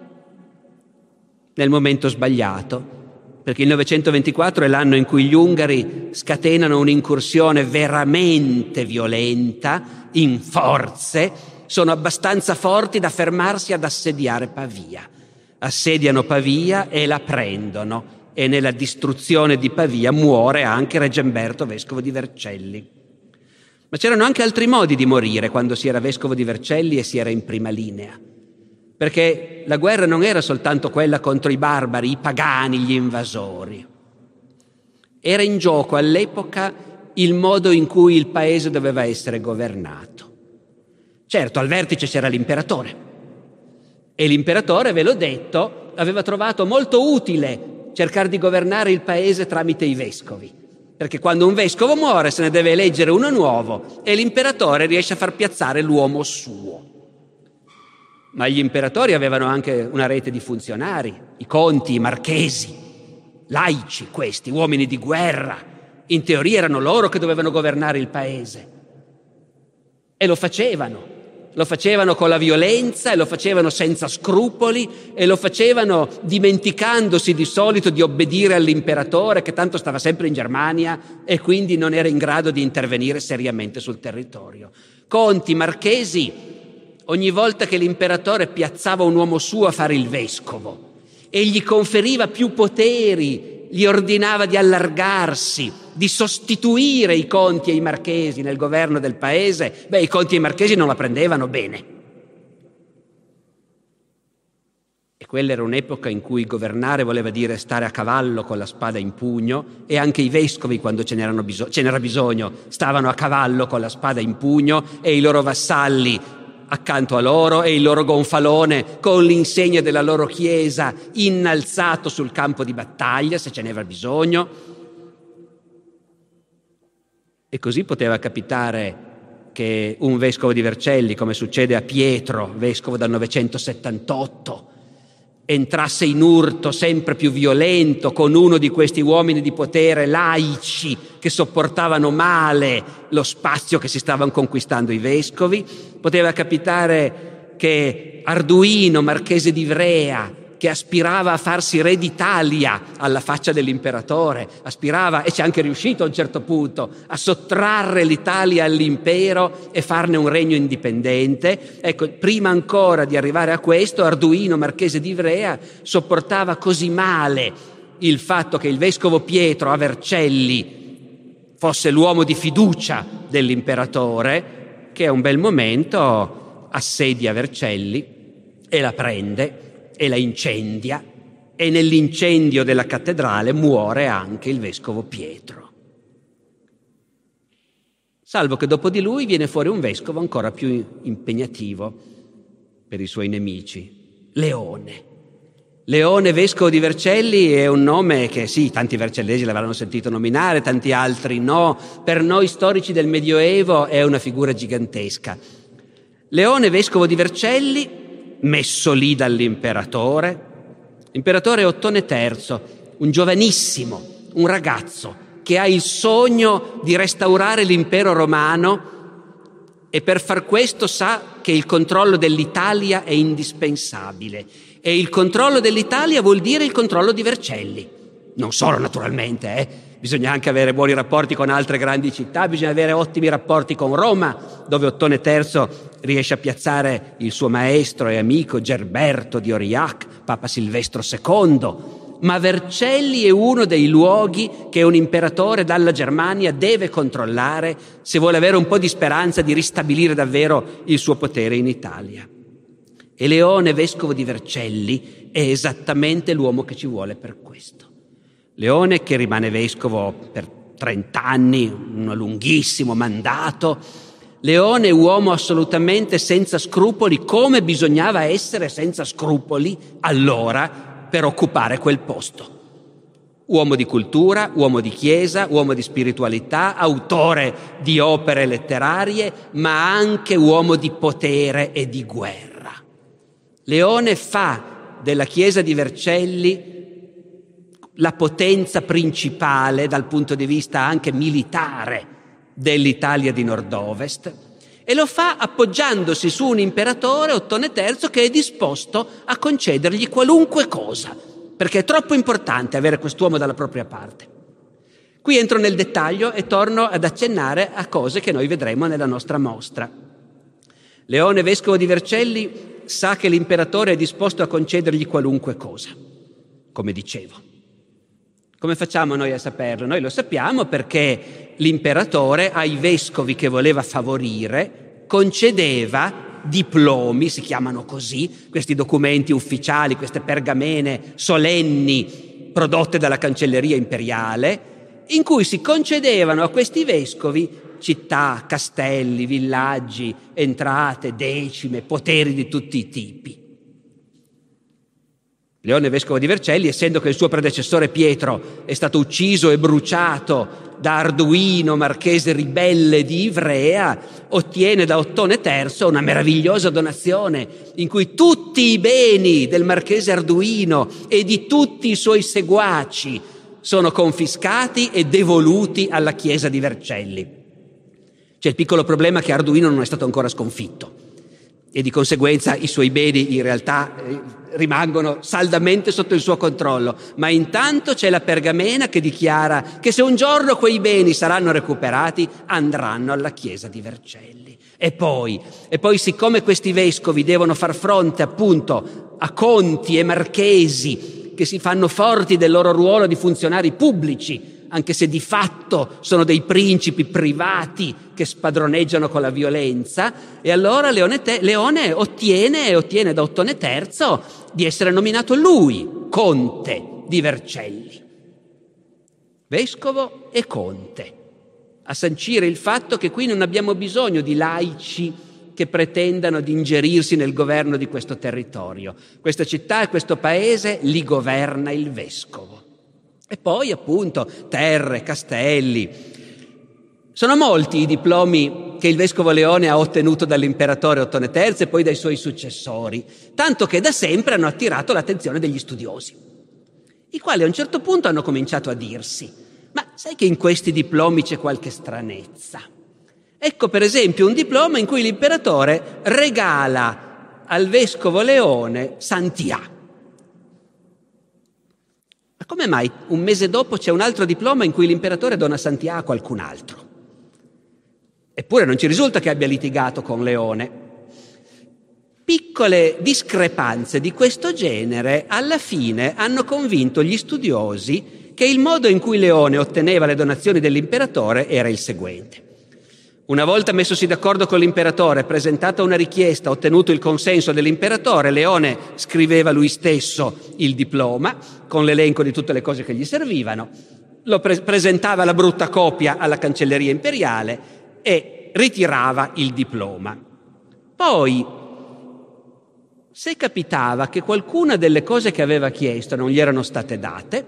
nel momento sbagliato, perché il novecentoventiquattro è l'anno in cui gli ungari scatenano un'incursione veramente violenta, in forze, sono abbastanza forti da fermarsi ad assediare Pavia. Assediano Pavia e la prendono, e nella distruzione di Pavia muore anche Regemberto, vescovo di Vercelli. Ma c'erano anche altri modi di morire quando si era vescovo di Vercelli e si era in prima linea, perché la guerra non era soltanto quella contro i barbari, i pagani, gli invasori. Era in gioco all'epoca il modo in cui il paese doveva essere governato. Certo, al vertice c'era l'imperatore, e l'imperatore, ve l'ho detto, aveva trovato molto utile cercare di governare il paese tramite i vescovi, perché quando un vescovo muore se ne deve eleggere uno nuovo e l'imperatore riesce a far piazzare l'uomo suo. Ma gli imperatori avevano anche una rete di funzionari, i conti, i marchesi, laici questi, uomini di guerra. In teoria erano loro che dovevano governare il paese. E lo facevano. Lo facevano con la violenza e lo facevano senza scrupoli e lo facevano dimenticandosi di solito di obbedire all'imperatore, che tanto stava sempre in Germania e quindi non era in grado di intervenire seriamente sul territorio. Conti, marchesi, ogni volta che l'imperatore piazzava un uomo suo a fare il vescovo e gli conferiva più poteri, gli ordinava di allargarsi, di sostituire i conti e i marchesi nel governo del paese, beh, i conti e i marchesi non la prendevano bene. E quella era un'epoca in cui governare voleva dire stare a cavallo con la spada in pugno, e anche i vescovi, quando ce, n'erano biso- ce n'era bisogno, stavano a cavallo con la spada in pugno, e i loro vassalli accanto a loro, e il loro gonfalone con l'insegna della loro chiesa innalzato sul campo di battaglia, se ce n'era bisogno. E così poteva capitare che un vescovo di Vercelli, come succede a Pietro, vescovo dal novecentosettantotto, entrasse in urto sempre più violento con uno di questi uomini di potere laici che sopportavano male lo spazio che si stavano conquistando i vescovi. Poteva capitare che Arduino, marchese di Ivrea, che aspirava a farsi re d'Italia alla faccia dell'imperatore, aspirava, e ci è anche riuscito a un certo punto, a sottrarre l'Italia all'impero e farne un regno indipendente. Ecco, prima ancora di arrivare a questo, Arduino, marchese di Ivrea, sopportava così male il fatto che il vescovo Pietro a Vercelli fosse l'uomo di fiducia dell'imperatore, che a un bel momento assedia Vercelli e la prende e la incendia, e nell'incendio della cattedrale muore anche il vescovo Pietro. Salvo che dopo di lui viene fuori un vescovo ancora più impegnativo per i suoi nemici, Leone. Leone, vescovo di Vercelli, è un nome che sì, tanti vercellesi l'avranno sentito nominare, tanti altri no. Per noi storici del Medioevo è una figura gigantesca. Leone, vescovo di Vercelli, messo lì dall'imperatore, l'imperatore Ottone terzo, un giovanissimo, un ragazzo che ha il sogno di restaurare l'impero romano, e per far questo sa che il controllo dell'Italia è indispensabile, e il controllo dell'Italia vuol dire il controllo di Vercelli. Non solo, naturalmente, eh. Bisogna anche avere buoni rapporti con altre grandi città, bisogna avere ottimi rapporti con Roma, dove Ottone terzo riesce a piazzare il suo maestro e amico Gerberto di Aurillac, Papa Silvestro secondo. Ma Vercelli è uno dei luoghi che un imperatore dalla Germania deve controllare se vuole avere un po' di speranza di ristabilire davvero il suo potere in Italia. E Leone, vescovo di Vercelli, è esattamente l'uomo che ci vuole per questo. Leone, che rimane vescovo per trent'anni, un lunghissimo mandato. Leone, uomo assolutamente senza scrupoli, come bisognava essere senza scrupoli allora per occupare quel posto. Uomo di cultura, uomo di chiesa, uomo di spiritualità, autore di opere letterarie, ma anche uomo di potere e di guerra. Leone fa della chiesa di Vercelli la potenza principale dal punto di vista anche militare dell'Italia di nord-ovest, e lo fa appoggiandosi su un imperatore, Ottone terzo, che è disposto a concedergli qualunque cosa, perché è troppo importante avere quest'uomo dalla propria parte. Qui entro nel dettaglio e torno ad accennare a cose che noi vedremo nella nostra mostra. Leone, vescovo di Vercelli, sa che l'imperatore è disposto a concedergli qualunque cosa, come dicevo. Come facciamo noi a saperlo? Noi lo sappiamo perché l'imperatore ai vescovi che voleva favorire concedeva diplomi, si chiamano così, questi documenti ufficiali, queste pergamene solenni prodotte dalla cancelleria imperiale, in cui si concedevano a questi vescovi città, castelli, villaggi, entrate, decime, poteri di tutti i tipi. Leone, vescovo di Vercelli, essendo che il suo predecessore Pietro è stato ucciso e bruciato da Arduino, marchese ribelle di Ivrea, ottiene da Ottone terzo una meravigliosa donazione in cui tutti i beni del marchese Arduino e di tutti i suoi seguaci sono confiscati e devoluti alla chiesa di Vercelli. C'è il piccolo problema che Arduino non è stato ancora sconfitto e di conseguenza i suoi beni in realtà rimangono saldamente sotto il suo controllo, ma intanto c'è la pergamena che dichiara che se un giorno quei beni saranno recuperati andranno alla chiesa di Vercelli. E poi, e poi siccome questi vescovi devono far fronte appunto a conti e marchesi che si fanno forti del loro ruolo di funzionari pubblici, anche se di fatto sono dei principi privati che spadroneggiano con la violenza. E allora Leone, Te- Leone ottiene, ottiene da Ottone terzo di essere nominato lui conte di Vercelli, vescovo e conte, a sancire il fatto che qui non abbiamo bisogno di laici che pretendano di ingerirsi nel governo di questo territorio. Questa città e questo paese li governa il vescovo. E poi appunto terre, castelli. Sono molti i diplomi che il vescovo Leone ha ottenuto dall'imperatore Ottone terzo e poi dai suoi successori, tanto che da sempre hanno attirato l'attenzione degli studiosi, i quali a un certo punto hanno cominciato a dirsi: ma sai che in questi diplomi c'è qualche stranezza? Ecco per esempio un diploma in cui l'imperatore regala al vescovo Leone Sant'Ia. Ma come mai un mese dopo c'è un altro diploma in cui l'imperatore dona Sant'Ia a qualcun altro? Eppure non ci risulta che abbia litigato con Leone. Piccole discrepanze di questo genere alla fine hanno convinto gli studiosi che il modo in cui Leone otteneva le donazioni dell'imperatore era il seguente. Una volta messosi d'accordo con l'imperatore, presentata una richiesta, ottenuto il consenso dell'imperatore, Leone scriveva lui stesso il diploma con l'elenco di tutte le cose che gli servivano, lo pre- presentava la brutta copia alla cancelleria imperiale e ritirava il diploma. Poi, se capitava che qualcuna delle cose che aveva chiesto non gli erano state date,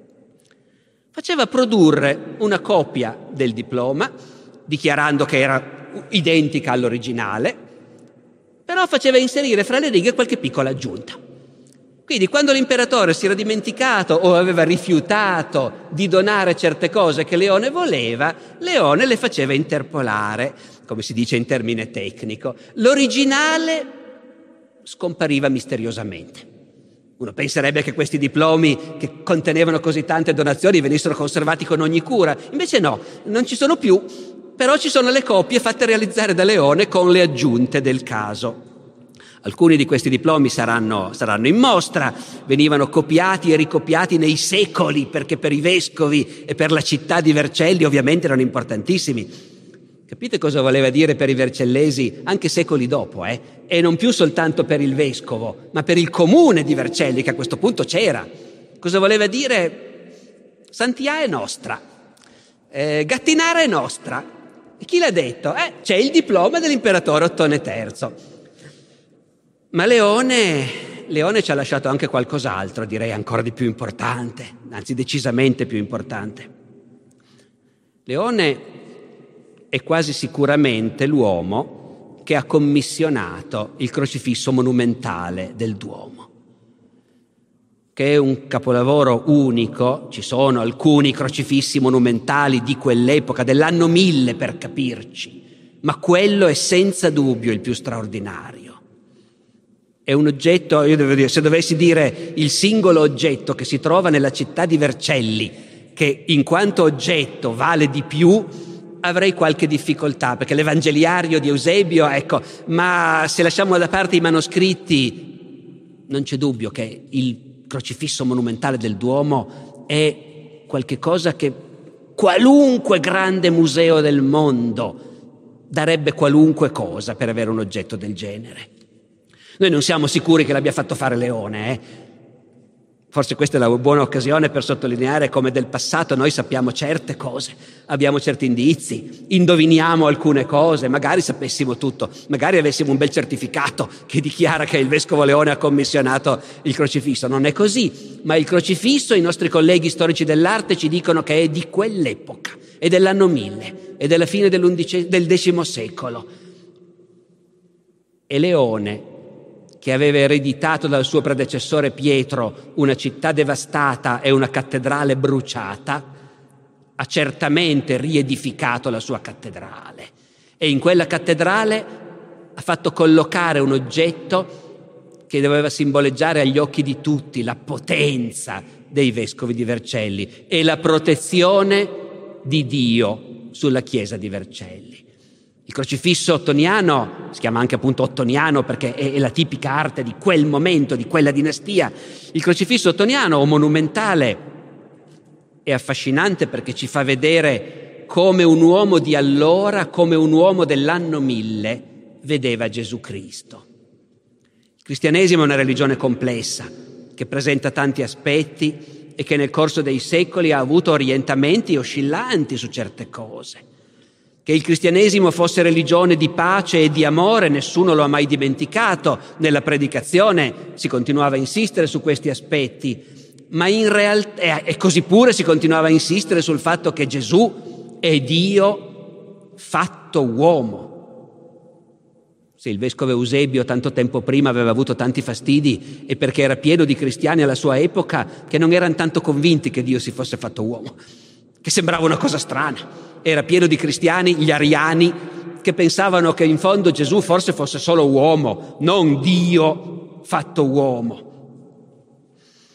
faceva produrre una copia del diploma, dichiarando che era identica all'originale, però faceva inserire fra le righe qualche piccola aggiunta. Quindi quando l'imperatore si era dimenticato o aveva rifiutato di donare certe cose che Leone voleva, Leone le faceva interpolare, come si dice in termine tecnico. L'originale scompariva misteriosamente. Uno penserebbe che questi diplomi che contenevano così tante donazioni venissero conservati con ogni cura. Invece no, non ci sono più, però ci sono le copie fatte realizzare da Leone con le aggiunte del caso. Alcuni di questi diplomi saranno, saranno in mostra, venivano copiati e ricopiati nei secoli, perché per i vescovi e per la città di Vercelli ovviamente erano importantissimi. Capite cosa voleva dire per i vercellesi anche secoli dopo, eh? E non più soltanto per il vescovo, ma per il comune di Vercelli, che a questo punto c'era. Cosa voleva dire? Sant'Ia è nostra, eh, Gattinara è nostra. E chi l'ha detto? Eh, c'è il diploma dell'imperatore Ottone terzo. Ma Leone, Leone ci ha lasciato anche qualcos'altro, direi ancora di più importante, anzi decisamente più importante. Leone è quasi sicuramente l'uomo che ha commissionato il crocifisso monumentale del Duomo, che è un capolavoro unico. Ci sono alcuni crocifissi monumentali di quell'epoca, dell'anno mille per capirci, ma quello è senza dubbio il più straordinario. È un oggetto, io devo dire, se dovessi dire il singolo oggetto che si trova nella città di Vercelli, che in quanto oggetto vale di più, avrei qualche difficoltà, perché l'Evangeliario di Eusebio, ecco, ma se lasciamo da parte i manoscritti, non c'è dubbio che il crocifisso monumentale del Duomo è qualche cosa che qualunque grande museo del mondo darebbe qualunque cosa per avere un oggetto del genere. Noi non siamo sicuri che l'abbia fatto fare Leone, eh? Forse questa è la buona occasione per sottolineare come del passato noi sappiamo certe cose, abbiamo certi indizi, indoviniamo alcune cose, magari sapessimo tutto, magari avessimo un bel certificato che dichiara che il vescovo Leone ha commissionato il crocifisso. Non è così, ma il crocifisso, i nostri colleghi storici dell'arte ci dicono che è di quell'epoca, è dell'anno mille, è della fine del decimo secolo. E Leone, che aveva ereditato dal suo predecessore Pietro una città devastata e una cattedrale bruciata, ha certamente riedificato la sua cattedrale e in quella cattedrale ha fatto collocare un oggetto che doveva simboleggiare agli occhi di tutti la potenza dei vescovi di Vercelli e la protezione di Dio sulla chiesa di Vercelli. Il crocifisso ottoniano, si chiama anche appunto ottoniano perché è la tipica arte di quel momento, di quella dinastia. Il crocifisso ottoniano o monumentale è affascinante perché ci fa vedere come un uomo di allora, come un uomo dell'anno mille, vedeva Gesù Cristo. Il cristianesimo è una religione complessa, che presenta tanti aspetti e che nel corso dei secoli ha avuto orientamenti oscillanti su certe cose. Che il cristianesimo fosse religione di pace e di amore, nessuno lo ha mai dimenticato. Nella predicazione si continuava a insistere su questi aspetti, ma in realtà, e così pure si continuava a insistere sul fatto che Gesù è Dio fatto uomo. Se il vescovo Eusebio tanto tempo prima aveva avuto tanti fastidi è perché era pieno di cristiani alla sua epoca che non erano tanto convinti che Dio si fosse fatto uomo, che sembrava una cosa strana. Era pieno di cristiani, gli ariani, che pensavano che in fondo Gesù forse fosse solo uomo, non Dio fatto uomo.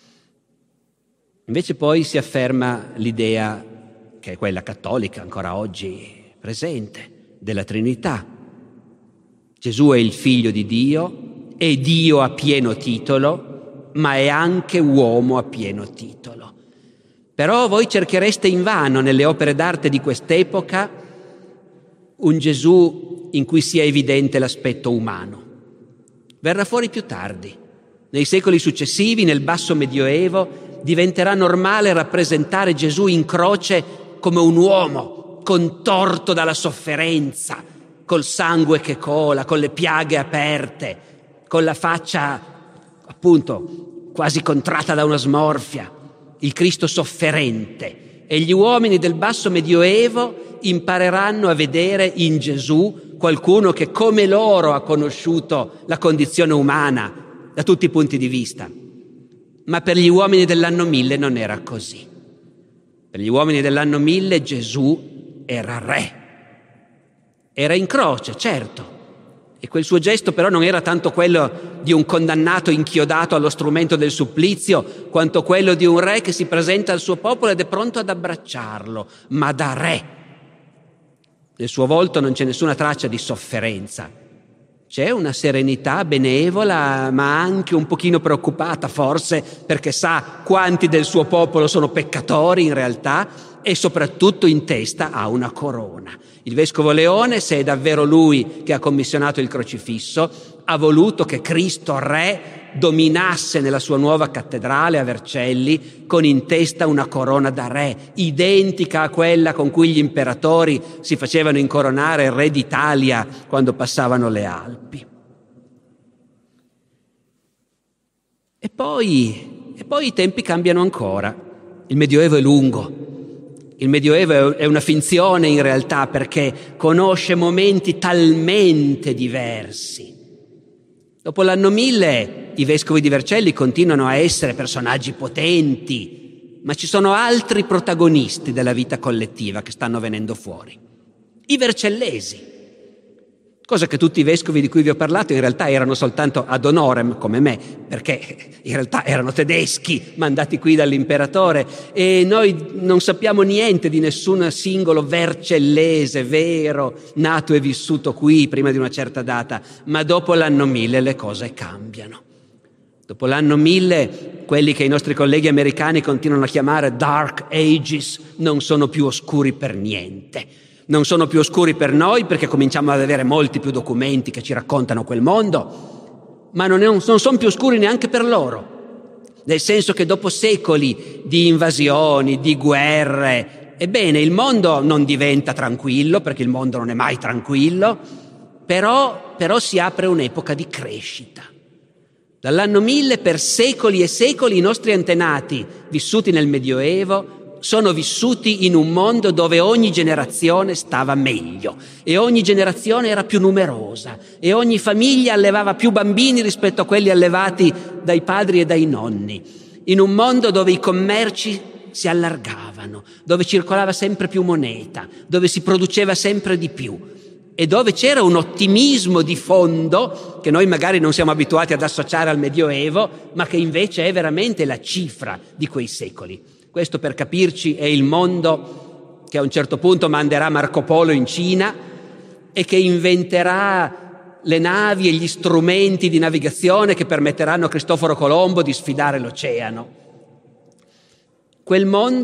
Invece poi si afferma l'idea, che è quella cattolica ancora oggi presente, della Trinità. Gesù è il figlio di Dio, è Dio a pieno titolo, ma è anche uomo a pieno titolo. Però voi cerchereste invano nelle opere d'arte di quest'epoca un Gesù in cui sia evidente l'aspetto umano. Verrà fuori più tardi. Nei secoli successivi, nel basso medioevo, diventerà normale rappresentare Gesù in croce come un uomo contorto dalla sofferenza, col sangue che cola, con le piaghe aperte, con la faccia appunto quasi contratta da una smorfia. Il Cristo sofferente, e gli uomini del basso medioevo impareranno a vedere in Gesù qualcuno che come loro ha conosciuto la condizione umana da tutti i punti di vista. Ma per gli uomini dell'anno mille non era così. Per gli uomini dell'anno mille Gesù era re. Era in croce, certo. E quel suo gesto però non era tanto quello di un condannato inchiodato allo strumento del supplizio, quanto quello di un re che si presenta al suo popolo ed è pronto ad abbracciarlo, ma da re. Nel suo volto non c'è nessuna traccia di sofferenza. C'è una serenità benevola, ma anche un pochino preoccupata, forse, perché sa quanti del suo popolo sono peccatori in realtà, e soprattutto in testa ha una corona. Il vescovo Leone, se è davvero lui che ha commissionato il crocifisso, ha voluto che Cristo Re dominasse nella sua nuova cattedrale a Vercelli con in testa una corona da re, identica a quella con cui gli imperatori si facevano incoronare il re d'Italia quando passavano le Alpi. E poi, e poi i tempi cambiano ancora. Il Medioevo è lungo. Il Medioevo è una finzione in realtà perché conosce momenti talmente diversi. Dopo l'anno mille i vescovi di Vercelli continuano a essere personaggi potenti, ma ci sono altri protagonisti della vita collettiva che stanno venendo fuori. I vercellesi, cosa che tutti i vescovi di cui vi ho parlato in realtà erano soltanto ad honorem, come me, perché in realtà erano tedeschi mandati qui dall'imperatore e noi non sappiamo niente di nessun singolo vercellese vero, nato e vissuto qui prima di una certa data, ma dopo l'anno mille le cose cambiano. Dopo l'anno mille, quelli che i nostri colleghi americani continuano a chiamare Dark Ages non sono più oscuri per niente. Non sono più oscuri per noi perché cominciamo ad avere molti più documenti che ci raccontano quel mondo, ma non, è, non sono più oscuri neanche per loro, nel senso che dopo secoli di invasioni, di guerre, ebbene il mondo non diventa tranquillo, perché il mondo non è mai tranquillo, però, però si apre un'epoca di crescita. Dall'anno mille per secoli e secoli i nostri antenati, vissuti nel Medioevo, sono vissuti in un mondo dove ogni generazione stava meglio e ogni generazione era più numerosa e ogni famiglia allevava più bambini rispetto a quelli allevati dai padri e dai nonni, in un mondo dove i commerci si allargavano, dove circolava sempre più moneta, dove si produceva sempre di più e dove c'era un ottimismo di fondo che noi magari non siamo abituati ad associare al Medioevo, ma che invece è veramente la cifra di quei secoli. Questo, per capirci, è il mondo che a un certo punto manderà Marco Polo in Cina e che inventerà le navi e gli strumenti di navigazione che permetteranno a Cristoforo Colombo di sfidare l'oceano. Quel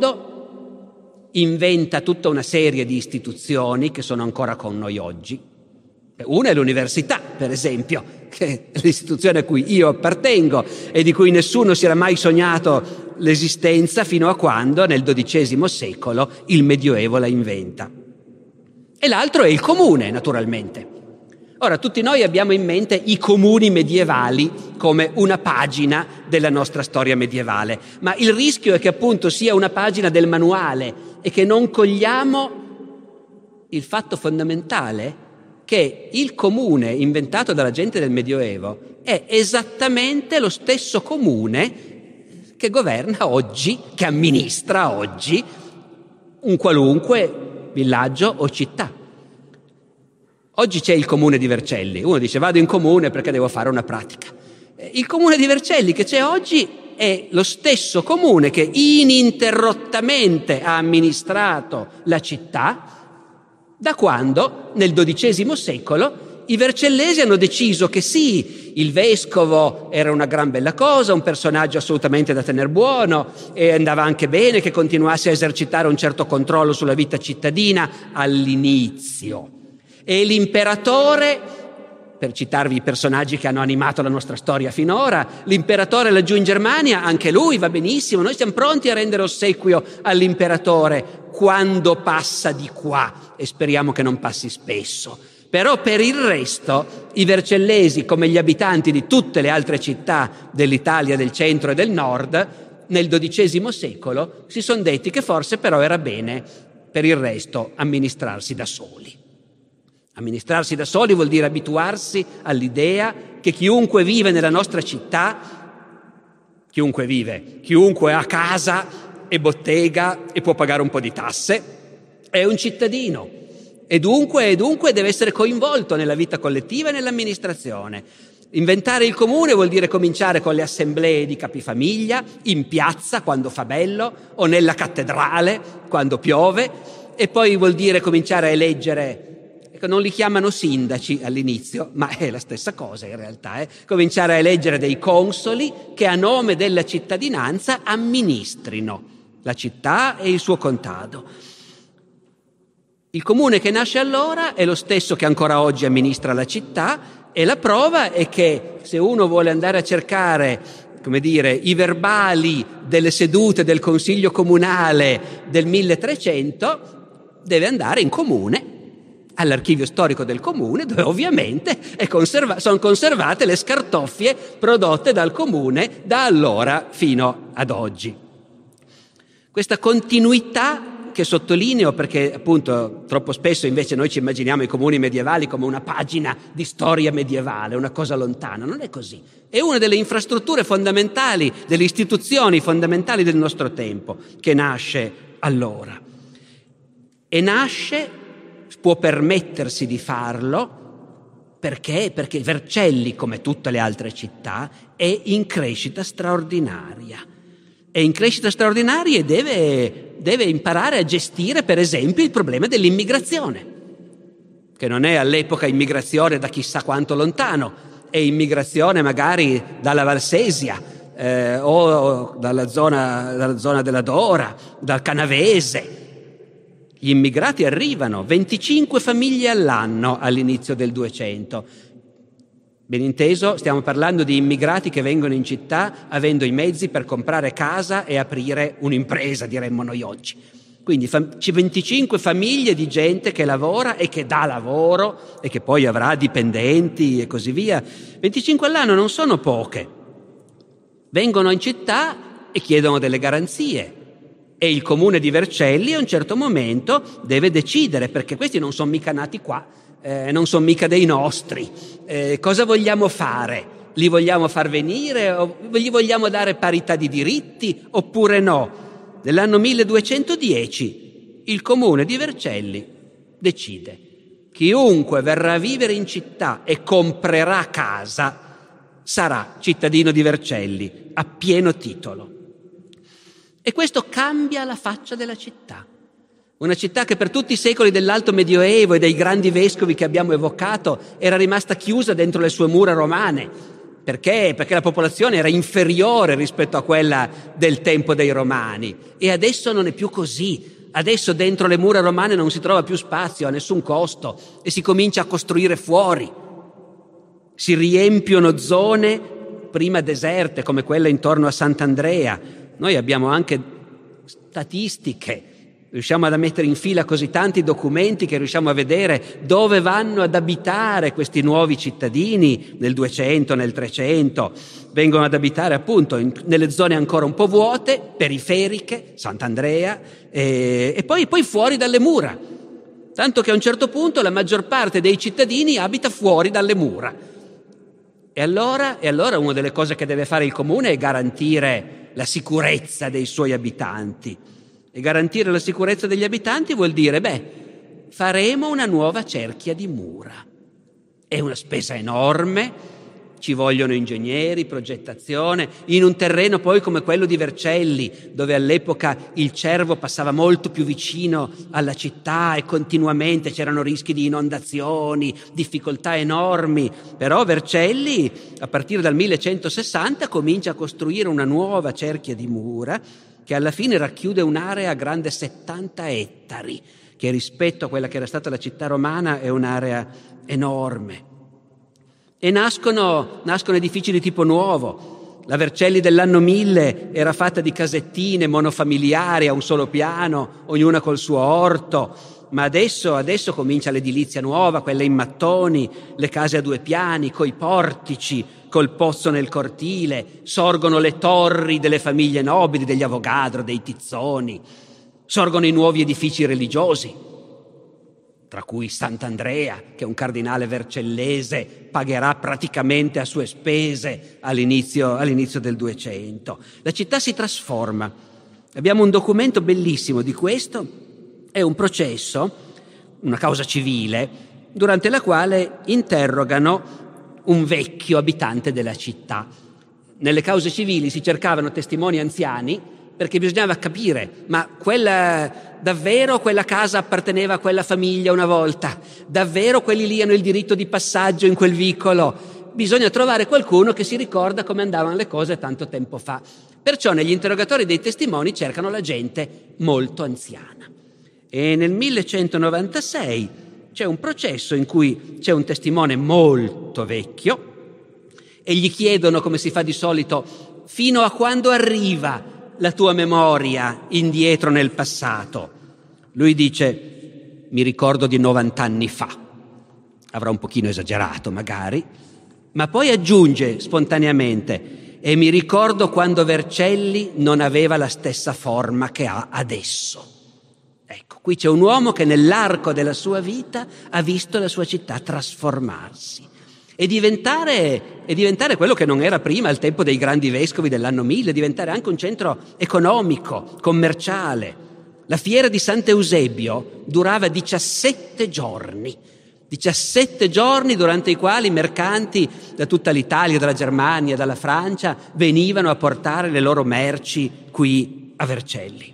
mondo inventa tutta una serie di istituzioni che sono ancora con noi oggi. Una è l'università, per esempio, che è l'istituzione a cui io appartengo e di cui nessuno si era mai sognato l'esistenza fino a quando, nel dodicesimo secolo, il Medioevo la inventa. E l'altro è il comune, naturalmente. Ora, tutti noi abbiamo in mente i comuni medievali come una pagina della nostra storia medievale, ma il rischio è che appunto sia una pagina del manuale e che non cogliamo il fatto fondamentale che il comune inventato dalla gente del Medioevo è esattamente lo stesso comune che governa oggi, che amministra oggi un qualunque villaggio o città. Oggi c'è il comune di Vercelli. Uno dice vado in comune perché devo fare una pratica. Il comune di Vercelli che c'è oggi è lo stesso comune che ininterrottamente ha amministrato la città da quando, nel dodicesimo secolo, i vercellesi hanno deciso che sì, il vescovo era una gran bella cosa, un personaggio assolutamente da tener buono, e andava anche bene che continuasse a esercitare un certo controllo sulla vita cittadina all'inizio. E l'imperatore, per citarvi i personaggi che hanno animato la nostra storia finora, l'imperatore laggiù in Germania, anche lui va benissimo, noi siamo pronti a rendere ossequio all'imperatore quando passa di qua, e speriamo che non passi spesso. Però per il resto i vercellesi, come gli abitanti di tutte le altre città dell'Italia del centro e del nord, nel dodicesimo secolo si sono detti che forse però era bene per il resto amministrarsi da soli. Amministrarsi da soli vuol dire abituarsi all'idea che chiunque vive nella nostra città, chiunque vive, chiunque ha casa e bottega e può pagare un po' di tasse, è un cittadino e dunque, e dunque deve essere coinvolto nella vita collettiva e nell'amministrazione. Inventare il comune vuol dire cominciare con le assemblee di capifamiglia, in piazza quando fa bello o nella cattedrale quando piove, e poi vuol dire cominciare a eleggere. Non li chiamano sindaci all'inizio, ma è la stessa cosa in realtà, eh? Cominciare a eleggere dei consoli che a nome della cittadinanza amministrino la città e il suo contado. Il comune che nasce allora è lo stesso che ancora oggi amministra la città, e la prova è che se uno vuole andare a cercare, come dire, i verbali delle sedute del Consiglio Comunale del milletrecento, deve andare in comune, all'archivio storico del comune, dove ovviamente è conserva- sono conservate le scartoffie prodotte dal comune da allora fino ad oggi. Questa continuità che sottolineo perché appunto troppo spesso invece noi ci immaginiamo i comuni medievali come una pagina di storia medievale, una cosa lontana. Non è così. È una delle infrastrutture fondamentali, delle istituzioni fondamentali del nostro tempo, che nasce allora. E nasce... può permettersi di farlo perché? Perché Vercelli, come tutte le altre città, è in crescita straordinaria. È in crescita straordinaria e deve, deve imparare a gestire, per esempio, il problema dell'immigrazione, che non è all'epoca immigrazione da chissà quanto lontano, è immigrazione magari dalla Valsesia eh, o dalla zona, dalla zona della Dora, dal Canavese. Gli immigrati arrivano, venticinque famiglie all'anno all'inizio del duecento. Ben inteso, stiamo parlando di immigrati che vengono in città avendo i mezzi per comprare casa e aprire un'impresa, diremmo noi oggi. Quindi venticinque famiglie di gente che lavora e che dà lavoro e che poi avrà dipendenti e così via. venticinque all'anno non sono poche. Vengono in città e chiedono delle garanzie. E il comune di Vercelli a un certo momento deve decidere, perché questi non sono mica nati qua, eh, non sono mica dei nostri. Eh, cosa vogliamo fare? Li vogliamo far venire o gli vogliamo dare parità di diritti oppure no? Nell'anno milleduecentodieci il comune di Vercelli decide: chiunque verrà a vivere in città e comprerà casa sarà cittadino di Vercelli a pieno titolo. E questo cambia la faccia della città. Una città che per tutti i secoli dell'Alto Medioevo e dei grandi vescovi che abbiamo evocato era rimasta chiusa dentro le sue mura romane. Perché? Perché la popolazione era inferiore rispetto a quella del tempo dei Romani. E adesso non è più così. Adesso dentro le mura romane non si trova più spazio a nessun costo e si comincia a costruire fuori. Si riempiono zone prima deserte come quella intorno a Sant'Andrea. Noi abbiamo anche statistiche. Riusciamo ad mettere in fila così tanti documenti che riusciamo a vedere dove vanno ad abitare questi nuovi cittadini nel duecento, nel trecento. Vengono ad abitare appunto in, nelle zone ancora un po' vuote, periferiche, Sant'Andrea, e, e poi, poi fuori dalle mura. Tanto che a un certo punto la maggior parte dei cittadini abita fuori dalle mura. E allora, e allora una delle cose che deve fare il comune è garantire la sicurezza dei suoi abitanti. E garantire la sicurezza degli abitanti vuol dire, beh, faremo una nuova cerchia di mura. È una spesa enorme, ci vogliono ingegneri, progettazione, in un terreno poi come quello di Vercelli, dove all'epoca il Cervo passava molto più vicino alla città e continuamente c'erano rischi di inondazioni, difficoltà enormi. Però Vercelli, a partire dal millecentosessanta, comincia a costruire una nuova cerchia di mura che alla fine racchiude un'area grande settanta ettari, che rispetto a quella che era stata la città romana è un'area enorme. E nascono, nascono edifici di tipo nuovo. La Vercelli dell'anno mille era fatta di casettine monofamiliari a un solo piano, ognuna col suo orto, ma adesso, adesso comincia l'edilizia nuova, quella in mattoni, le case a due piani, coi portici, col pozzo nel cortile, sorgono le torri delle famiglie nobili, degli Avogadro, dei Tizzoni, sorgono i nuovi edifici religiosi, tra cui Sant'Andrea, che un cardinale vercellese pagherà praticamente a sue spese all'inizio, all'inizio del duecento. La città si trasforma. Abbiamo un documento bellissimo di questo, è un processo, una causa civile, durante la quale interrogano un vecchio abitante della città. Nelle cause civili si cercavano testimoni anziani perché bisognava capire, ma quella, davvero quella casa apparteneva a quella famiglia una volta? Davvero quelli lì hanno il diritto di passaggio in quel vicolo? Bisogna trovare qualcuno che si ricorda come andavano le cose tanto tempo fa. Perciò negli interrogatori dei testimoni cercano la gente molto anziana. E nel millecentonovantasei c'è un processo in cui c'è un testimone molto vecchio e gli chiedono, come si fa di solito, fino a quando arriva la tua memoria indietro nel passato. Lui dice, mi ricordo di novant'anni fa. Avrà un pochino esagerato magari, ma poi aggiunge spontaneamente, e mi ricordo quando Vercelli non aveva la stessa forma che ha adesso. Ecco, qui c'è un uomo che nell'arco della sua vita ha visto la sua città trasformarsi e diventare, e diventare quello che non era prima al tempo dei grandi vescovi dell'anno mille, diventare anche un centro economico, commerciale. La fiera di Sant'Eusebio durava diciassette giorni, diciassette giorni durante i quali mercanti da tutta l'Italia, dalla Germania, dalla Francia venivano a portare le loro merci qui a Vercelli.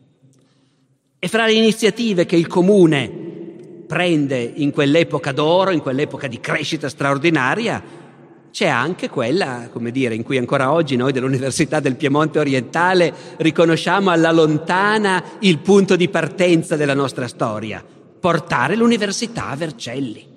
E fra le iniziative che il comune prende in quell'epoca d'oro, in quell'epoca di crescita straordinaria, c'è anche quella, come dire, in cui ancora oggi noi dell'Università del Piemonte Orientale riconosciamo alla lontana il punto di partenza della nostra storia, portare l'università a Vercelli.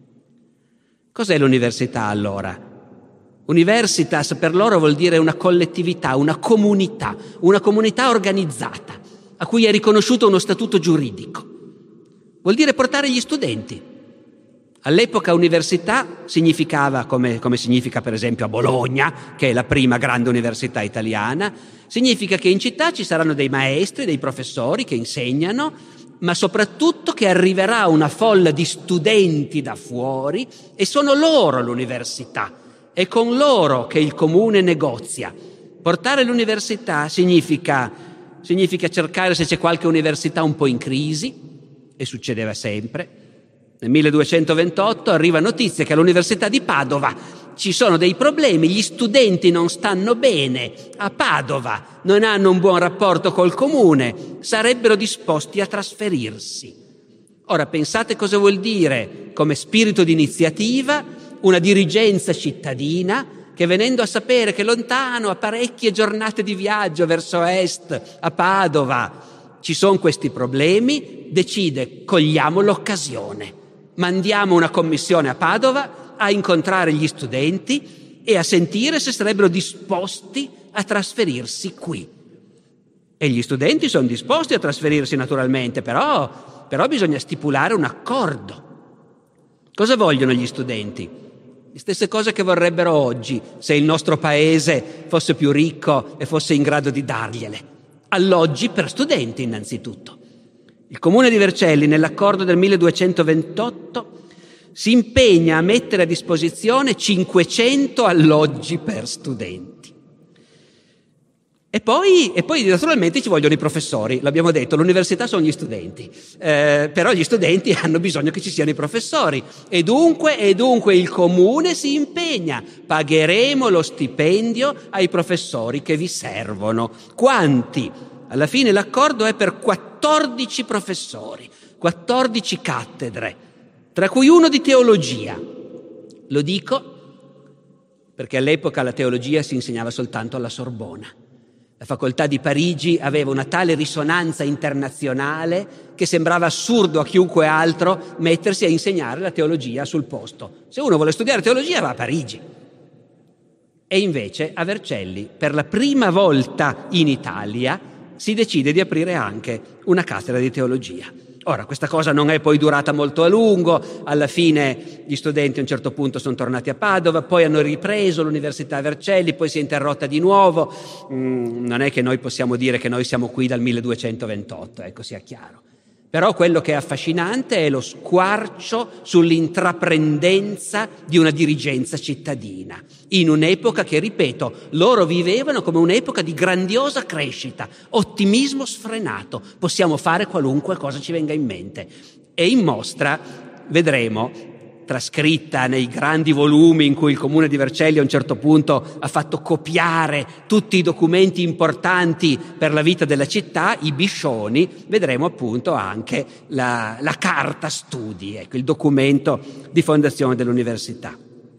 Cos'è l'università allora? Universitas per loro vuol dire una collettività, una comunità, una comunità organizzata, a cui è riconosciuto uno statuto giuridico. Vuol dire portare gli studenti. All'epoca università significava, come, come significa per esempio a Bologna, che è la prima grande università italiana, significa che in città ci saranno dei maestri, dei professori che insegnano, ma soprattutto che arriverà una folla di studenti da fuori e sono loro l'università. È con loro che il comune negozia. Portare l'università significa... Significa cercare se c'è qualche università un po' in crisi, e succedeva sempre. Nel milleduecentoventotto arriva notizia che all'Università di Padova ci sono dei problemi, gli studenti non stanno bene a Padova, non hanno un buon rapporto col comune, sarebbero disposti a trasferirsi. Ora pensate cosa vuol dire, come spirito di iniziativa, una dirigenza cittadina che, venendo a sapere che lontano, a parecchie giornate di viaggio verso est, a Padova, ci sono questi problemi, decide: cogliamo l'occasione, mandiamo una commissione a Padova a incontrare gli studenti e a sentire se sarebbero disposti a trasferirsi qui. E gli studenti sono disposti a trasferirsi naturalmente, però, però bisogna stipulare un accordo. Cosa vogliono gli studenti? Le stesse cose che vorrebbero oggi, se il nostro paese fosse più ricco e fosse in grado di dargliele. Alloggi per studenti innanzitutto. Il comune di Vercelli, nell'accordo del milleduecentoventotto, si impegna a mettere a disposizione cinquecento alloggi per studenti. E poi, e poi naturalmente ci vogliono i professori, l'abbiamo detto, l'università sono gli studenti, eh, però gli studenti hanno bisogno che ci siano i professori e dunque, e dunque il comune si impegna: pagheremo lo stipendio ai professori che vi servono. Quanti? Alla fine l'accordo è per quattordici professori, quattordici cattedre, tra cui uno di teologia. Lo dico perché all'epoca la teologia si insegnava soltanto alla Sorbona. La facoltà di Parigi aveva una tale risonanza internazionale che sembrava assurdo a chiunque altro mettersi a insegnare la teologia sul posto. Se uno vuole studiare teologia va a Parigi. E invece a Vercelli, per la prima volta in Italia, si decide di aprire anche una cattedra di teologia. Ora, questa cosa non è poi durata molto a lungo, alla fine gli studenti a un certo punto sono tornati a Padova, poi hanno ripreso l'Università a Vercelli, poi si è interrotta di nuovo. Mm, non è che noi possiamo dire che noi siamo qui dal milleduecentoventotto, ecco, sia chiaro. Però quello che è affascinante è lo squarcio sull'intraprendenza di una dirigenza cittadina, in un'epoca che, ripeto, loro vivevano come un'epoca di grandiosa crescita, ottimismo sfrenato, possiamo fare qualunque cosa ci venga in mente. E in mostra vedremo, trascritta nei grandi volumi in cui il comune di Vercelli a un certo punto ha fatto copiare tutti i documenti importanti per la vita della città, i biscioni, vedremo appunto anche la, la carta studi, ecco, il documento di fondazione dell'università.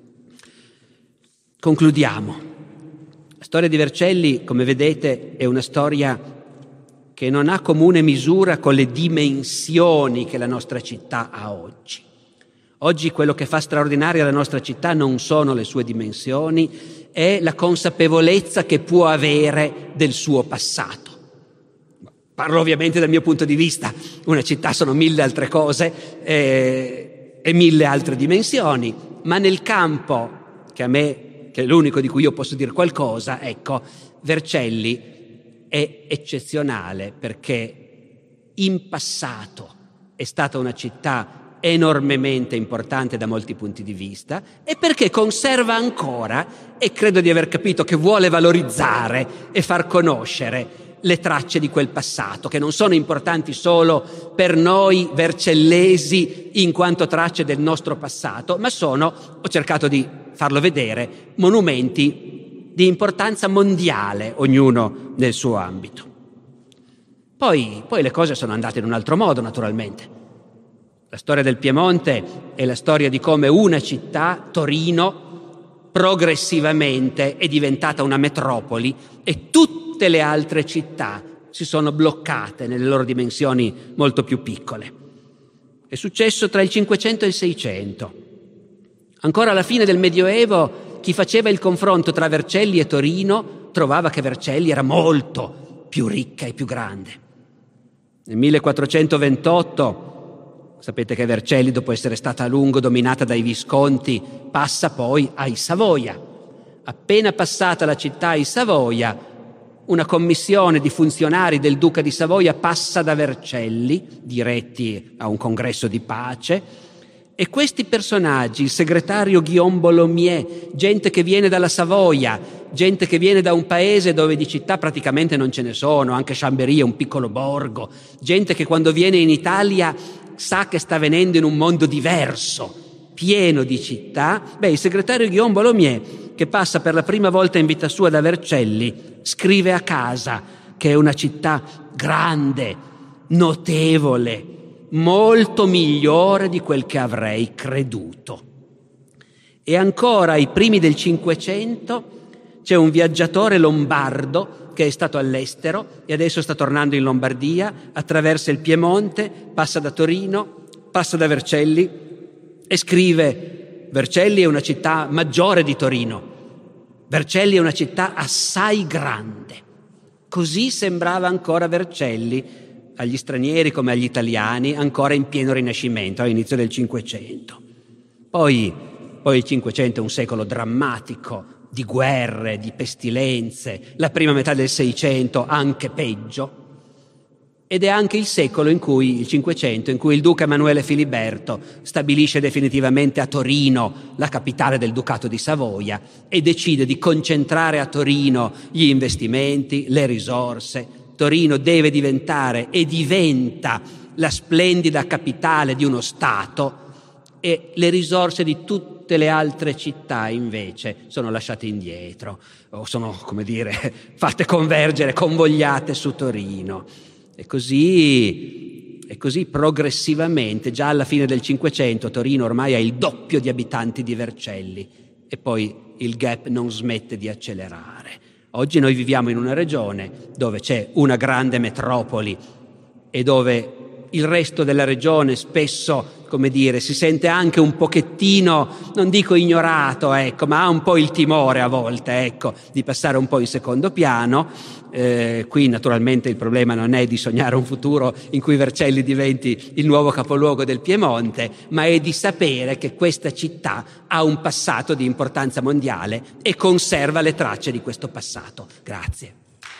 Concludiamo. La storia di Vercelli, come vedete, è una storia che non ha comune misura con le dimensioni che la nostra città ha oggi. Oggi quello che fa straordinaria la nostra città non sono le sue dimensioni, è la consapevolezza che può avere del suo passato. Parlo ovviamente dal mio punto di vista, una città sono mille altre cose eh, e mille altre dimensioni, ma nel campo, che a me, che è l'unico di cui io posso dire qualcosa, ecco, Vercelli è eccezionale perché in passato è stata una città enormemente importante da molti punti di vista e perché conserva ancora, e credo di aver capito che vuole valorizzare e far conoscere le tracce di quel passato, che non sono importanti solo per noi vercellesi in quanto tracce del nostro passato, ma sono, ho cercato di farlo vedere, monumenti di importanza mondiale, ognuno nel suo ambito. Poi, poi le cose sono andate in un altro modo, naturalmente. La storia del Piemonte è la storia di come una città, Torino, progressivamente è diventata una metropoli e tutte le altre città si sono bloccate nelle loro dimensioni molto più piccole. È successo tra il Cinquecento e il Seicento. Ancora alla fine del Medioevo, chi faceva il confronto tra Vercelli e Torino trovava che Vercelli era molto più ricca e più grande. Nel millequattrocentoventotto, sapete che Vercelli, dopo essere stata a lungo dominata dai Visconti, passa poi ai Savoia. Appena passata la città ai Savoia, una commissione di funzionari del Duca di Savoia passa da Vercelli, diretti a un congresso di pace, e questi personaggi, il segretario Guillaume Bolomier, gente che viene dalla Savoia, gente che viene da un paese dove di città praticamente non ce ne sono, anche Chambéry è un piccolo borgo, gente che quando viene in Italia sa che sta venendo in un mondo diverso, pieno di città. Beh, il segretario Guillaume Bolomier, che passa per la prima volta in vita sua da Vercelli, scrive a Casa che è una città grande, notevole, molto migliore di quel che avrei creduto. E ancora ai primi del Cinquecento c'è un viaggiatore lombardo che è stato all'estero e adesso sta tornando in Lombardia, attraversa il Piemonte, passa da Torino, passa da Vercelli e scrive: Vercelli è una città maggiore di Torino, Vercelli è una città assai grande. Così sembrava ancora Vercelli agli stranieri come agli italiani, ancora in pieno Rinascimento, all'inizio del Cinquecento. Poi, poi il Cinquecento è un secolo drammatico, di guerre, di pestilenze, la prima metà del Seicento anche peggio, ed è anche il secolo in cui, il Cinquecento, in cui il duca Emanuele Filiberto stabilisce definitivamente a Torino la capitale del Ducato di Savoia e decide di concentrare a Torino gli investimenti, le risorse. Torino deve diventare e diventa la splendida capitale di uno Stato, e le risorse di tutte le altre città invece sono lasciate indietro o sono, come dire, fatte convergere, convogliate su Torino. E così, e così progressivamente, già alla fine del Cinquecento, Torino ormai ha il doppio di abitanti di Vercelli e poi il gap non smette di accelerare. Oggi noi viviamo in una regione dove c'è una grande metropoli e dove il resto della regione spesso, come dire, si sente anche un pochettino, non dico ignorato, ecco, ma ha un po' il timore a volte, ecco, di passare un po' in secondo piano. Eh, qui naturalmente il problema non è di sognare un futuro in cui Vercelli diventi il nuovo capoluogo del Piemonte, ma è di sapere che questa città ha un passato di importanza mondiale e conserva le tracce di questo passato. Grazie.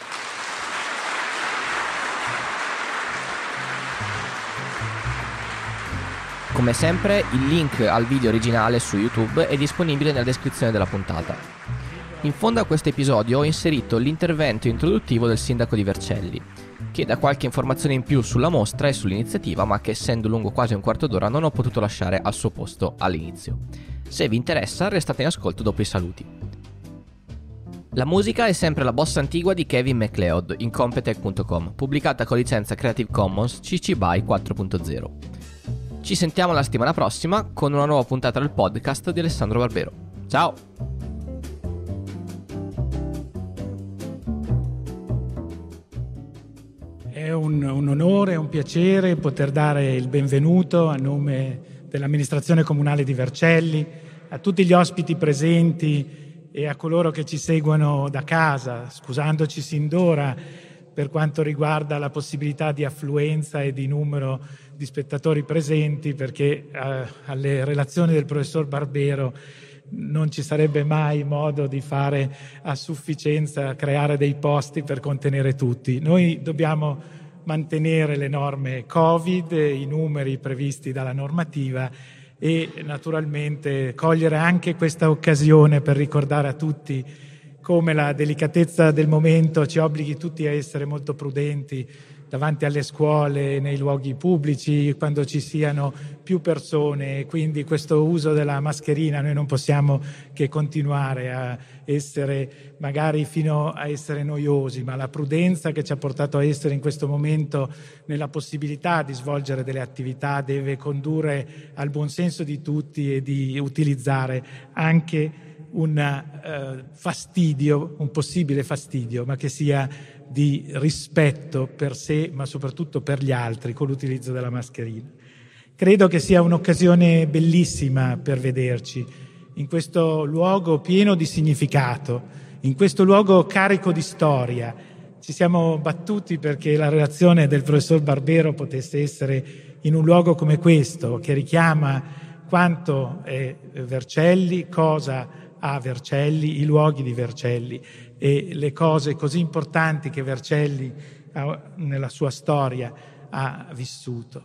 Come sempre, il link al video originale su YouTube è disponibile nella descrizione della puntata. In fondo a questo episodio ho inserito l'intervento introduttivo del sindaco di Vercelli, che dà qualche informazione in più sulla mostra e sull'iniziativa, ma che essendo lungo quasi un quarto d'ora non ho potuto lasciare al suo posto all'inizio. Se vi interessa, restate in ascolto dopo i saluti. La musica è sempre la bossa antigua di Kevin MacLeod in Competech punto com, pubblicata con licenza Creative Commons C C B Y quattro punto zero. Ci sentiamo la settimana prossima con una nuova puntata del podcast di Alessandro Barbero. Ciao! È un, un onore, un piacere poter dare il benvenuto a nome dell'amministrazione comunale di Vercelli, a tutti gli ospiti presenti e a coloro che ci seguono da casa, scusandoci sin d'ora per quanto riguarda la possibilità di affluenza e di numero di spettatori presenti, perché eh, alle relazioni del professor Barbero non ci sarebbe mai modo di fare a sufficienza, creare dei posti per contenere tutti. Noi dobbiamo mantenere le norme Covid, i numeri previsti dalla normativa e naturalmente cogliere anche questa occasione per ricordare a tutti come la delicatezza del momento ci obblighi tutti a essere molto prudenti davanti alle scuole, nei luoghi pubblici, quando ci siano più persone. Quindi questo uso della mascherina noi non possiamo che continuare a essere, magari fino a essere noiosi, ma la prudenza che ci ha portato a essere in questo momento nella possibilità di svolgere delle attività deve condurre al buonsenso di tutti e di utilizzare anche un uh, fastidio, un possibile fastidio, ma che sia di rispetto per sé, ma soprattutto per gli altri, con l'utilizzo della mascherina. Credo che sia un'occasione bellissima per vederci in questo luogo pieno di significato, in questo luogo carico di storia. Ci siamo battuti perché la relazione del professor Barbero potesse essere in un luogo come questo, che richiama quanto è Vercelli, cosa ha Vercelli, i luoghi di Vercelli e le cose così importanti che Vercelli ha, nella sua storia ha vissuto.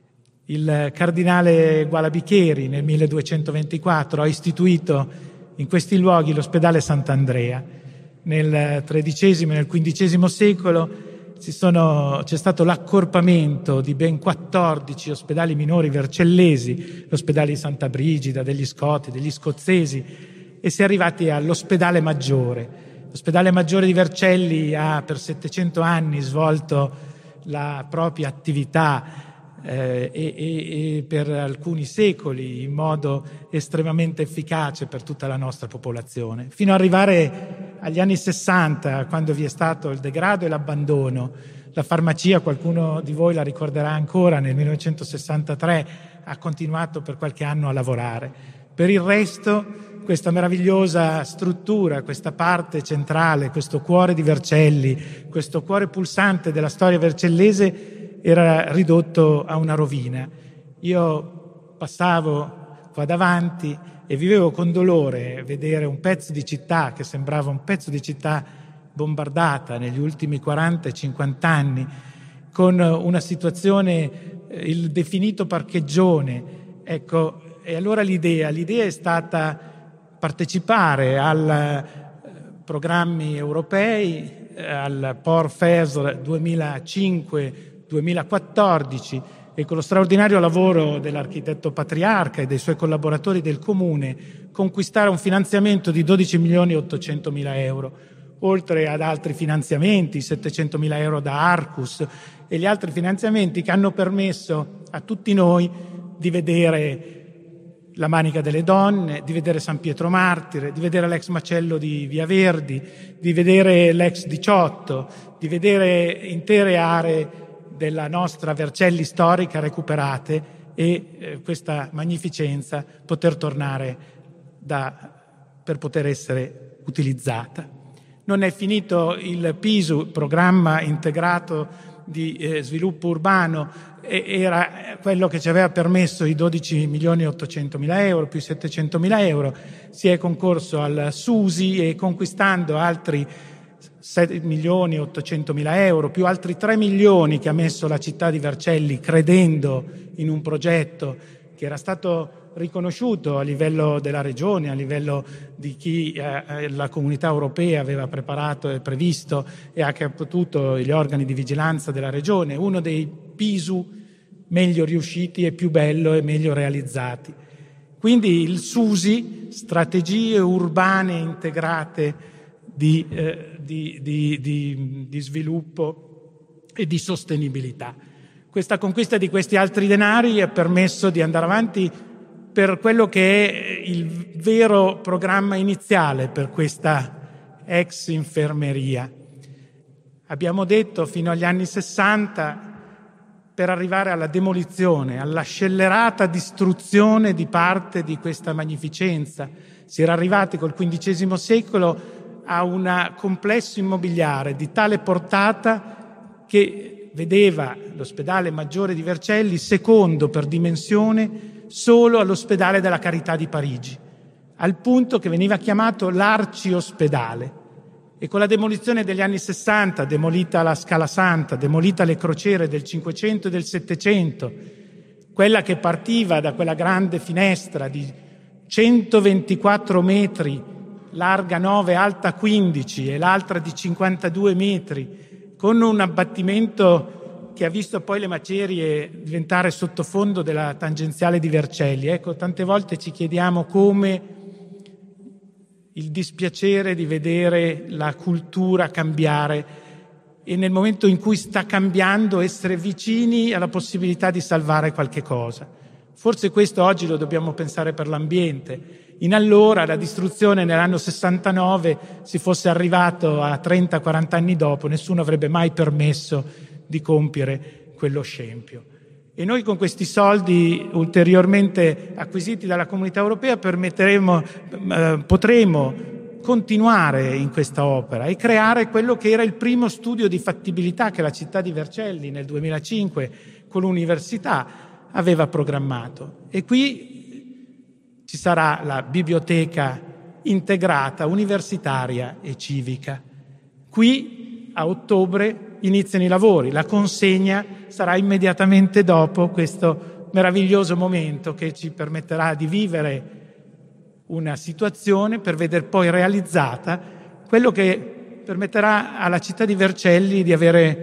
Il cardinale Gualabicheri nel milleduecentoventiquattro ha istituito in questi luoghi l'ospedale Sant'Andrea. Nel tredicesimo e nel quindicesimo secolo si sono, c'è stato l'accorpamento di ben quattordici ospedali minori vercellesi, l'ospedale di Santa Brigida, degli Scoti, degli Scozzesi, e si è arrivati all'ospedale maggiore. L'ospedale maggiore di Vercelli ha per settecento anni svolto la propria attività Eh, e, e, e per alcuni secoli in modo estremamente efficace per tutta la nostra popolazione, fino ad arrivare agli anni sessanta, quando vi è stato il degrado e l'abbandono. La farmacia, qualcuno di voi la ricorderà ancora, nel millenovecentosessantatré ha continuato per qualche anno a lavorare. Per il resto, questa meravigliosa struttura, questa parte centrale, questo cuore di Vercelli, questo cuore pulsante della storia vercellese, era ridotto a una rovina. Io passavo qua davanti e vivevo con dolore vedere un pezzo di città che sembrava un pezzo di città bombardata negli ultimi quaranta cinquanta anni, con una situazione, il definito parcheggione. Ecco, e allora l'idea, l'idea è stata partecipare ai programmi europei, al Port Fes duemilacinque duemilaquattordici, e con lo straordinario lavoro dell'architetto Patriarca e dei suoi collaboratori del Comune conquistare un finanziamento di dodici milioni ottocentomila euro, oltre ad altri finanziamenti, settecentomila euro da Arcus e gli altri finanziamenti che hanno permesso a tutti noi di vedere la Manica delle Donne, di vedere San Pietro Martire, di vedere l'ex macello di Via Verdi, di vedere l'ex diciotto, di vedere intere aree della nostra Vercelli storica recuperate e eh, questa magnificenza poter tornare da, per poter essere utilizzata. Non è finito il P I S U, programma integrato di eh, sviluppo urbano, e era quello che ci aveva permesso i dodici milioni ottocentomila euro più settecentomila euro. Si è concorso al SUSI e conquistando altri sette milioni ottocentomila euro più altri tre milioni che ha messo la città di Vercelli, credendo in un progetto che era stato riconosciuto a livello della regione, a livello di chi eh, la comunità europea aveva preparato e previsto, e anche potuto gli organi di vigilanza della regione, uno dei P I S U meglio riusciti e più bello e meglio realizzati. Quindi il SUSI, strategie urbane integrate Di, eh, di, di, di, di sviluppo e di sostenibilità. Questa conquista di questi altri denari ha permesso di andare avanti per quello che è il vero programma iniziale per questa ex infermeria. Abbiamo detto fino agli anni sessanta, per arrivare alla demolizione, alla scellerata distruzione di parte di questa magnificenza. Si era arrivati col quindicesimo secolo a un complesso immobiliare di tale portata che vedeva l'ospedale maggiore di Vercelli secondo per dimensione solo all'ospedale della Carità di Parigi, al punto che veniva chiamato l'arciospedale. E con la demolizione degli anni sessanta, demolita la Scala Santa, demolita le crociere del Cinquecento e del Settecento, quella che partiva da quella grande finestra di centoventiquattro metri, larga nove, alta quindici, e l'altra di cinquantadue metri, con un abbattimento che ha visto poi le macerie diventare sottofondo della tangenziale di Vercelli. Ecco, tante volte ci chiediamo come il dispiacere di vedere la cultura cambiare e nel momento in cui sta cambiando essere vicini alla possibilità di salvare qualche cosa. Forse questo oggi lo dobbiamo pensare per l'ambiente. In allora la distruzione nell'anno sessantanove, si fosse arrivato a trenta quaranta anni dopo, nessuno avrebbe mai permesso di compiere quello scempio. E noi con questi soldi ulteriormente acquisiti dalla Comunità Europea permetteremo, eh, potremo continuare in questa opera e creare quello che era il primo studio di fattibilità che la città di Vercelli nel duemilacinque con l'università aveva programmato. E qui ci sarà la biblioteca integrata, universitaria e civica. Qui a ottobre iniziano i lavori, la consegna sarà immediatamente dopo questo meraviglioso momento che ci permetterà di vivere una situazione per vedere poi realizzata quello che permetterà alla città di Vercelli di avere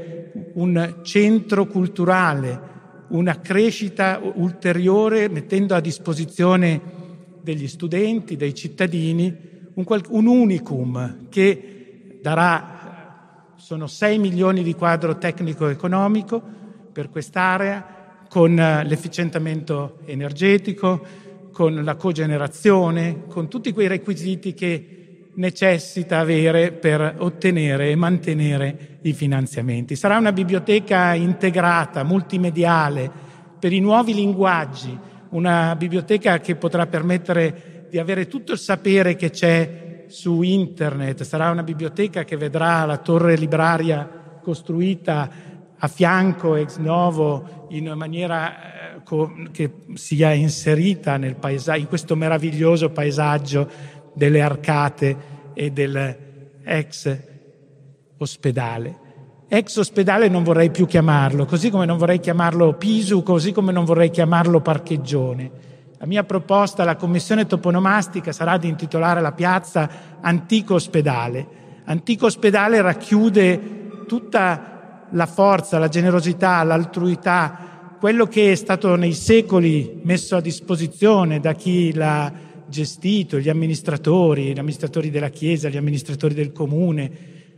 un centro culturale, una crescita ulteriore, mettendo a disposizione degli studenti, dei cittadini, un, qual- un unicum che darà, sono sei milioni di quadro tecnico-economico per quest'area, con l'efficientamento energetico, con la cogenerazione, con tutti quei requisiti che necessita avere per ottenere e mantenere i finanziamenti. Sarà una biblioteca integrata, multimediale, per i nuovi linguaggi, una biblioteca che potrà permettere di avere tutto il sapere che c'è su internet. Sarà una biblioteca che vedrà la torre libraria costruita a fianco ex novo in maniera eh, co- che sia inserita nel paesaggio, in questo meraviglioso paesaggio delle arcate e del ex ospedale. Ex ospedale non vorrei più chiamarlo, così come non vorrei chiamarlo Pisu, così come non vorrei chiamarlo Parcheggione. La mia proposta alla commissione toponomastica sarà di intitolare la piazza Antico Ospedale. Antico Ospedale racchiude tutta la forza, la generosità, l'altruità, quello che è stato nei secoli messo a disposizione da chi l'ha gestito, gli amministratori, gli amministratori della Chiesa, gli amministratori del comune,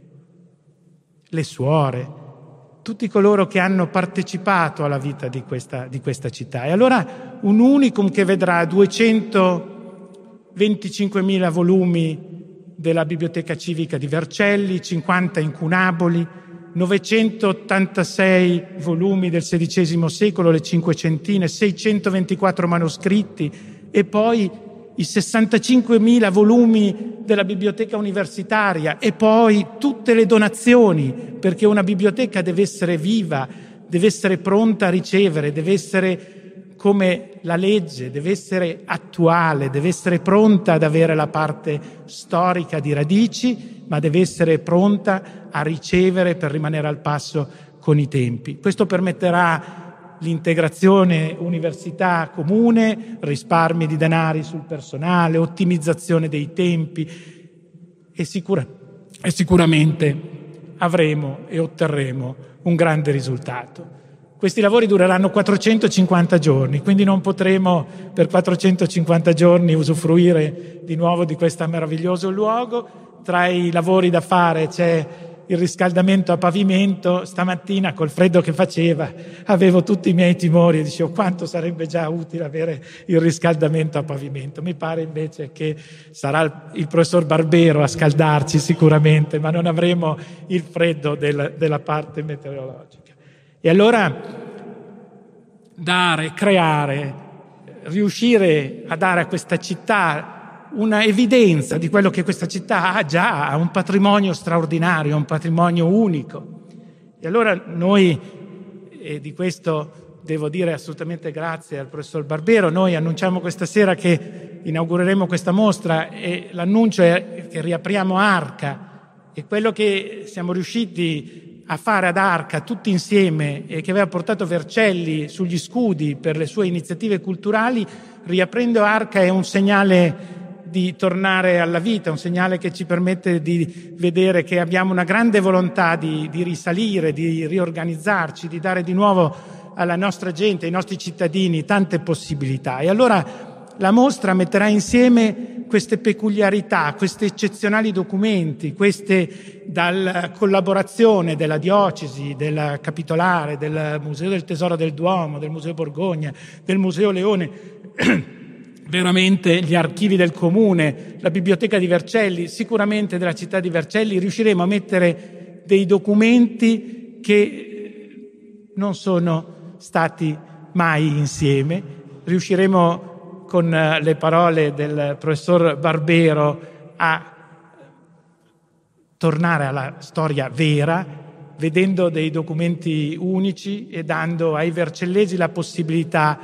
le suore, tutti coloro che hanno partecipato alla vita di questa, di questa città. E allora un unicum che vedrà duecentoventicinquemila volumi della Biblioteca Civica di Vercelli, cinquanta incunaboli, novecentottantasei volumi del sedicesimo secolo, le cinquecentine, seicentoventiquattro manoscritti e poi i sessantacinquemila volumi della biblioteca universitaria e poi tutte le donazioni, perché una biblioteca deve essere viva, deve essere pronta a ricevere, deve essere come la legge, deve essere attuale, deve essere pronta ad avere la parte storica di radici, ma deve essere pronta a ricevere per rimanere al passo con i tempi. Questo permetterà l'integrazione università comune, risparmi di denari sul personale, ottimizzazione dei tempi e, sicura, e sicuramente avremo e otterremo un grande risultato. Questi lavori dureranno quattrocentocinquanta giorni, quindi non potremo per quattrocentocinquanta giorni usufruire di nuovo di questo meraviglioso luogo. Tra i lavori da fare c'è il riscaldamento a pavimento. Stamattina col freddo che faceva avevo tutti i miei timori e dicevo quanto sarebbe già utile avere il riscaldamento a pavimento. Mi pare invece che sarà il professor Barbero a scaldarci sicuramente, ma non avremo il freddo del, della parte meteorologica. E allora dare, creare, riuscire a dare a questa città una evidenza di quello che questa città ha già, ha un patrimonio straordinario, un patrimonio unico. E allora noi, e di questo devo dire assolutamente grazie al professor Barbero, noi annunciamo questa sera che inaugureremo questa mostra e l'annuncio è che riapriamo Arca, e quello che siamo riusciti a fare ad Arca tutti insieme e che aveva portato Vercelli sugli scudi per le sue iniziative culturali, riaprendo Arca è un segnale di tornare alla vita, un segnale che ci permette di vedere che abbiamo una grande volontà di, di risalire, di riorganizzarci, di dare di nuovo alla nostra gente, ai nostri cittadini tante possibilità. E allora la mostra metterà insieme queste peculiarità, questi eccezionali documenti, queste dalla collaborazione della diocesi, del capitolare, del Museo del Tesoro del Duomo, del Museo Borgogna, del Museo Leone, veramente gli archivi del comune, la biblioteca di Vercelli, sicuramente della città di Vercelli. Riusciremo a mettere dei documenti che non sono stati mai insieme. Riusciremo con le parole del professor Barbero a tornare alla storia vera, vedendo dei documenti unici e dando ai vercellesi la possibilità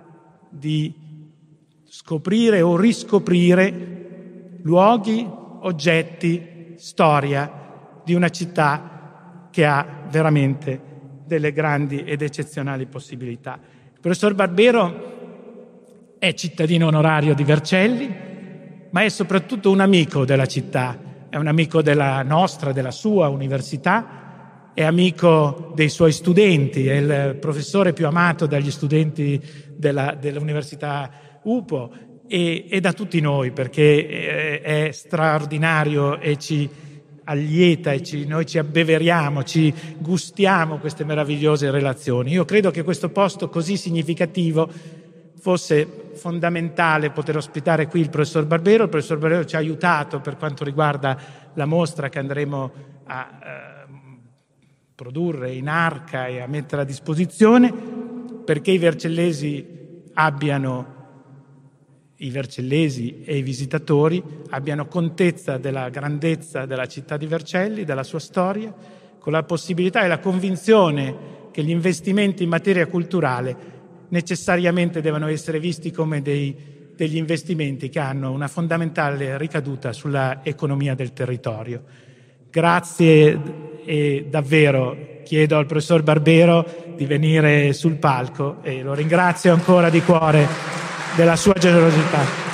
di scoprire o riscoprire luoghi, oggetti, storia di una città che ha veramente delle grandi ed eccezionali possibilità. Il professor Barbero è cittadino onorario di Vercelli, ma è soprattutto un amico della città, è un amico della nostra, della sua università, è amico dei suoi studenti, è il professore più amato dagli studenti della, dell'Università U P O e, e da tutti noi, perché è, è straordinario e ci allieta e ci, noi ci abbeveriamo, ci gustiamo queste meravigliose relazioni. Io credo che questo posto così significativo fosse fondamentale poter ospitare qui il professor Barbero. Il professor Barbero ci ha aiutato per quanto riguarda la mostra che andremo a eh, produrre in Arca e a mettere a disposizione, perché i vercellesi abbiano, i vercellesi e i visitatori abbiano contezza della grandezza della città di Vercelli, della sua storia, con la possibilità e la convinzione che gli investimenti in materia culturale necessariamente devono essere visti come dei, degli investimenti che hanno una fondamentale ricaduta sulla economia del territorio. Grazie e davvero chiedo al professor Barbero di venire sul palco e lo ringrazio ancora di cuore della sua generosità.